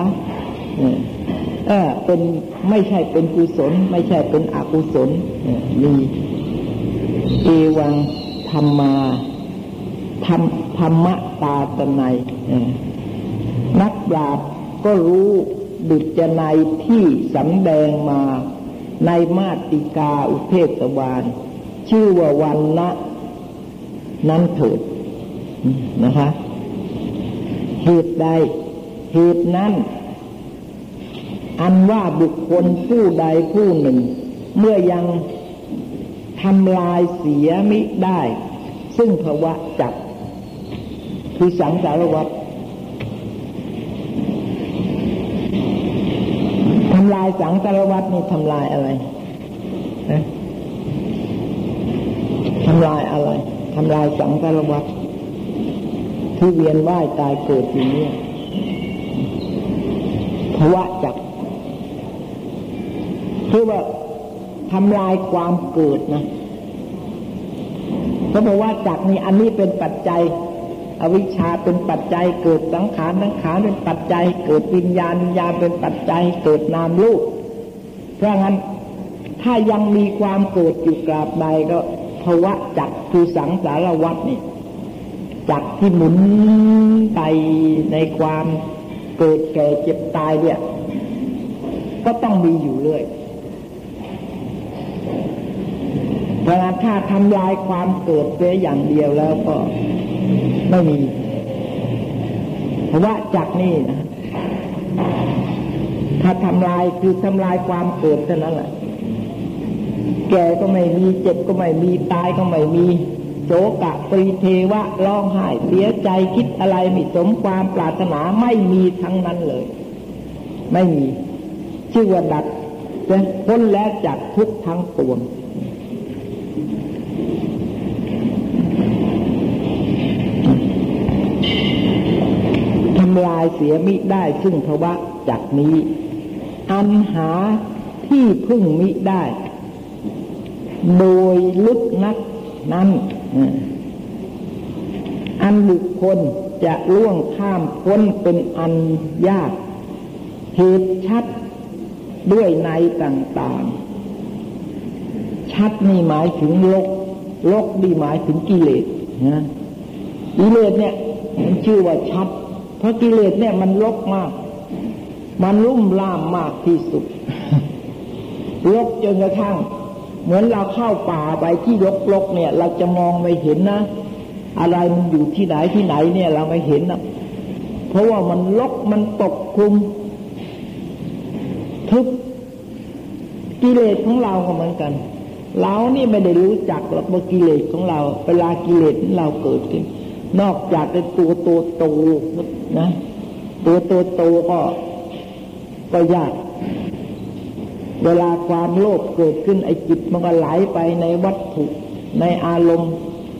เป็นไม่ใช่เป็นกุศลไม่ใช่เป็นอกุศลมีเอวังธรรมาธรรมะตาตนัยนักปราชญ์ก็รู้ดุจนัยที่สำแดงมาในมาติกาอุเทศวาลชื่อว่าวันนะนั้นเถิดนะคะเหตุใดเหตุนั้นอันว่าบุคคลผู้ใดผู้หนึ่งเมื่อยังทำลายเสียมิได้ซึ่งภวะจักคือสังสารวัฏทำลายสังสารวัฏนี่ทำลายอะไรนะทำลายอะไรทำลายสังสารวัฏที่เวียนว่ายตายเกิดอยู่นี้ภวะจักคือว่าทำลายความเกิดนะเพราะภวะจักนี่อันนี้เป็นปัจจัยอวิชชาเป็นปัจจัยเกิดสังขารเป็นปัจจัยเกิดวิญญาณเป็นปัจจัยเกิดนามรูปเพราะงั้นถ้ายังมีความเกิดอยู่กราบใดก็ภวะจักคือสังสารวัฏนี่จักที่หมุนไปในความเกิดแก่เจ็บตายเนี่ยก็ต้องมีอยู่เรื่อยเพราะถ้าทำลายความเกิดเสียอย่างเดียวแล้วก็ไม่มีเพราะว่าจากนี้นะถ้าทำลายคือทำลายความเกิดเท่านั้นแหละแก่ก็ไม่มีเจ็บก็ไม่มีตายก็ไม่มีโศกะปริเทวะร้องไห้เสียใจคิดอะไรไม่สมความปรารถนาไม่มีทั้งนั้นเลยไม่มีชื่อว่าดับพ้นแล้วจากทุกข์ทั้งปวงทำลายเสียมิได้ซึ่งภวะจากนี้อันหาที่พึ่งมิได้โดยลึกนักนั้นอันบุคคลจะล่วงข้ามพ้นเป็นอันยากเหตุชัดด้วยในต่างๆชัดนี่หมายถึงลกนี่หมายถึงกิเลสนะกิเลสเนี่ยมันชื่อว่าชัดเพราะกิเลสเนี่ยมันลกมากมันลุ่มล่ามมากที่สุดลกจนกระทั่งเหมือนเราเข้าป่าไปที่รกๆเนี่ยเราจะมองไม่เห็นนะอะไรมันอยู่ที่ไหนเนี่ยเราไม่เห็นนะเพราะว่ามันรกมันปกคลุมทุกกิเลสของเราก็เหมือนกันเรานี่ไม่ได้รู้จักหรอกว่ากิเลสของเราเวลากิเลสของเราเกิดขึ้นนอกจากเป็นตัวโตนะตัวโตก็ยากเวลาความโลภเกิดขึ้นไอ้จิตมันก็ไหลไปในวัตถุในอารมณ์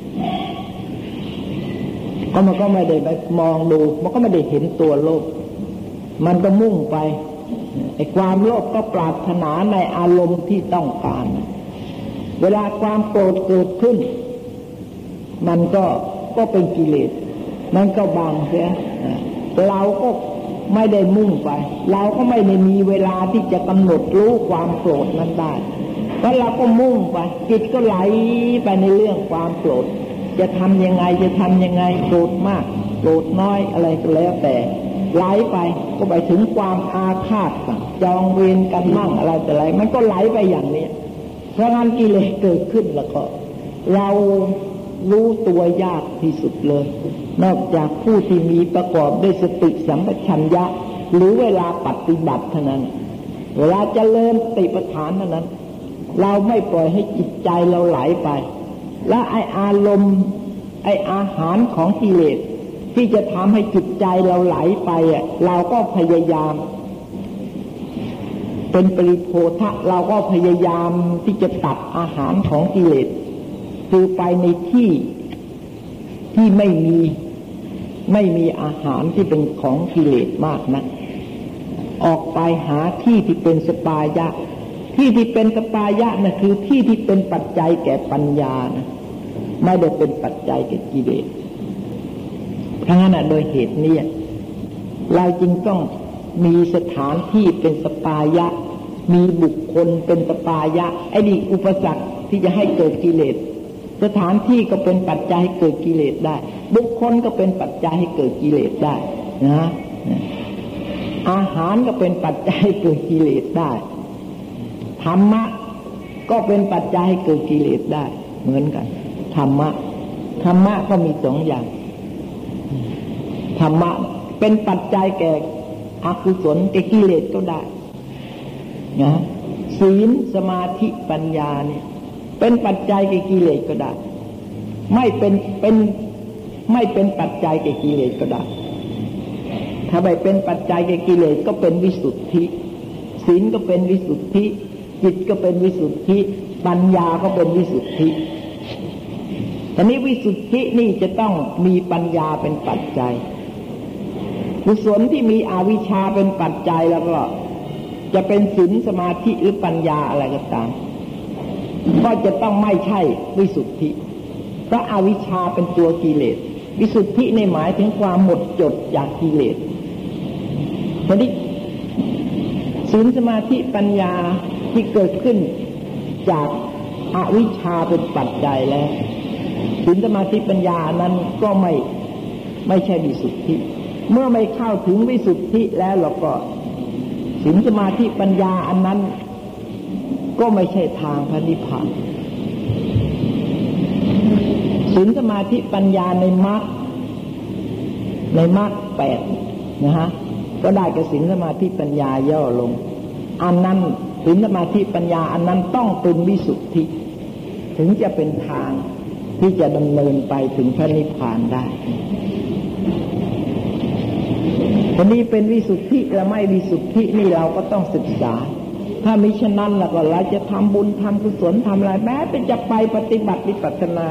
ก็มันก็ไม่ได้ไปมองดูมันก็ไม่ได้เห็นตัวโลภมันก็มุ่งไปไอ้ความโลภก็ปรารถนาในอารมณ์ที่ต้องการเวลาความโกรธเกิดขึ้นมันก็เป็นกิเลสมันก็บังเสียเราก็ไม่ได้มุ่งไปเราก็ไม่ได้มีเวลาที่จะกำหนดรู้ความโกรธนั้นได้เพราะเราก็มุ่งไปจิตก็ไหลไปในเรื่องความโกรธจะทำยังไงโกรธมากโกรธน้อยอะไรก็แล้วแต่ไหลไปก็ไปถึงความอาฆาตจองเวรกันมั่งอะไรแต่ไรมันก็ไหลไปอย่างนี้เพราะงั้นกิเลสเกิดขึ้นแล้วก็เรารู้ตัวยากที่สุดเลยนอกจากผู้ที่มีประกอบด้วยสติสัมปชัญญะหรือเวลาปฏิบัติเท่านั้นเวลาเจริญสติปัฏฐานเท่านั้นเราไม่ปล่อยให้จิตใจเราไหลไปและไออารมณ์ไออาหารของกิเลสที่จะทำให้จิตใจเราไหลไปเราก็พยายามเป็นปริโภทะเราก็พยายามที่จะตัดอาหารของกิเลสคือไปในที่ไม่มีอาหารที่เป็นของกิเลสมากนะออกไปหาที่ที่เป็นสปายะที่เป็นสปายะนะคือที่ที่เป็นปัจจัยแก่ปัญญานะไม่ได้เป็นปัจจัยแก่กิเลสเพราะงั้นโดยเหตุนี้เราจึงต้องมีสถานที่เป็นสปายะมีบุคคลเป็นสปายะไอ้นี่อุปสรรคที่จะให้เกิดกิเลสสถานที่ก็เป็นปัจจัยให้เกิดกิเลสได้บุคคลก็เป็นปัจจัยให้เกิดกิเลสได้นะอาหารก็เป็นปัจจัยให้เกิดกิเลสได้ธรรมะก็เป็นปัจจัยให้เกิดกิเลสได้เหมือนกันธรรมะก็มีสองอย่างธรรมะเป็นปัจจัยแก่อกุศลแก่กิเลสก็ได้นะศีลสมาธิปัญญาเนี่ยเป็นปัจจัยแก่กิเลสก็ได้ไม่เป็นปัจจัยแก่กิเลสก็ได้ถ้าไม่เป็นปัจจัยแก่กิเลสก็เป็นวิสุทธิศีลก็เป็นวิสุทธิจิตก็เป็นวิสุทธิปัญญาก็เป็นวิสุทธิแต่นี้วิสุทธินี่จะต้องมีปัญญาเป็นปัจจัยกุศลที่มีอวิชชาเป็นปัจจัยแล้วก็จะเป็นศีลสมาธิหรือปัญญาอะไรก็ตามก็จะต้องไม่ใช่วิสุทธิเพราะอวิชชาเป็นตัวกิเลสวิสุทธิในหมายถึงความหมดจดจากกิเลสทีนี้ศีลสมาธิปัญญาที่เกิดขึ้นจากอวิชชาเป็นปัจจัยแล้วศีลสมาธิปัญญานั้นก็ไม่ใช่วิสุทธิเมื่อไม่เข้าถึงวิสุทธิแล้วเราก็ศีลสมาธิปัญญาอันนั้นก็ไม่ใช่ทางพระนิพพานศีลสมาธิปัญญาในมรรค8นะฮะก็ได้กับศีลสมาธิปัญญาย่อลงอันนั้นศีลสมาธิปัญญาอันนั้นต้องเป็นวิสุทธิถึงจะเป็นทางที่จะดำเนินไปถึงพระนิพพานได้วันนี้เป็นวิสุทธิและไม่วิสุทธินี่เราก็ต้องศึกษาถ้ามิฉะนั้นแล้วก็เราจะทำบุญทำกุศลทำอะไรแม้เป็นจะไปปฏิบัติวิปัสสนา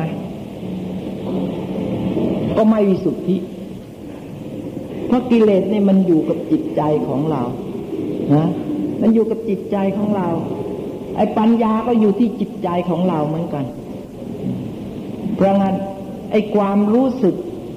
ก็ไม่วิสุทธิเพราะกิเลสนี่มันอยู่กับจิตใจของเรานะมันอยู่กับจิตใจของเราไอ้ปัญญาก็อยู่ที่จิตใจของเราเหมือนกันเพราะงั้นไอ้ความรู้สึก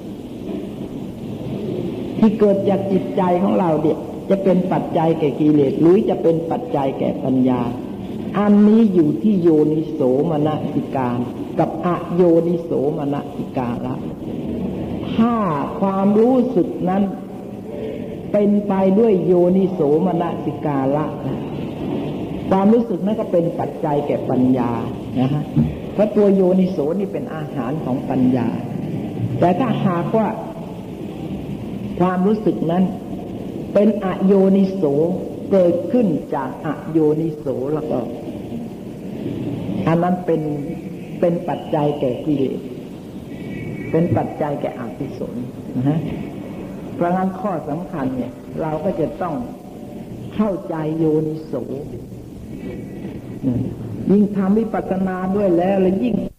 ที่เกิดจากจิตใจของเราเนี่ยจะเป็นปัจจัยแก่กิเลสหรือจะเป็นปัจจัยแก่ปัญญาอันนี้อยู่ที่โยนิโสมนสิการกับอโยนิโสมนสิการะถ้าความรู้สึกนั้นเป็นไปด้วยโยนิโสมนสิการะความรู้สึกนั้นก็เป็นปัจจัยแก่ปัญญานะฮะเพราะตัวโยนิโสนี่เป็นอาหารของปัญญาแต่ถ้าหากว่าความรู้สึกนั้นเป็นอโยนิโสเกิดขึ้นจากอโยนิโสแล้วก็อันนั้นเป็นปัจจัยแก่กิเลสเป็นปัจจัยแก่อกุศลนะฮะเพราะงั้นข้อสำคัญเนี่ยเราก็จะต้องเข้าใจโยนิโสยิ่งทำวิปัสสนาด้วยแล้วยิ่ง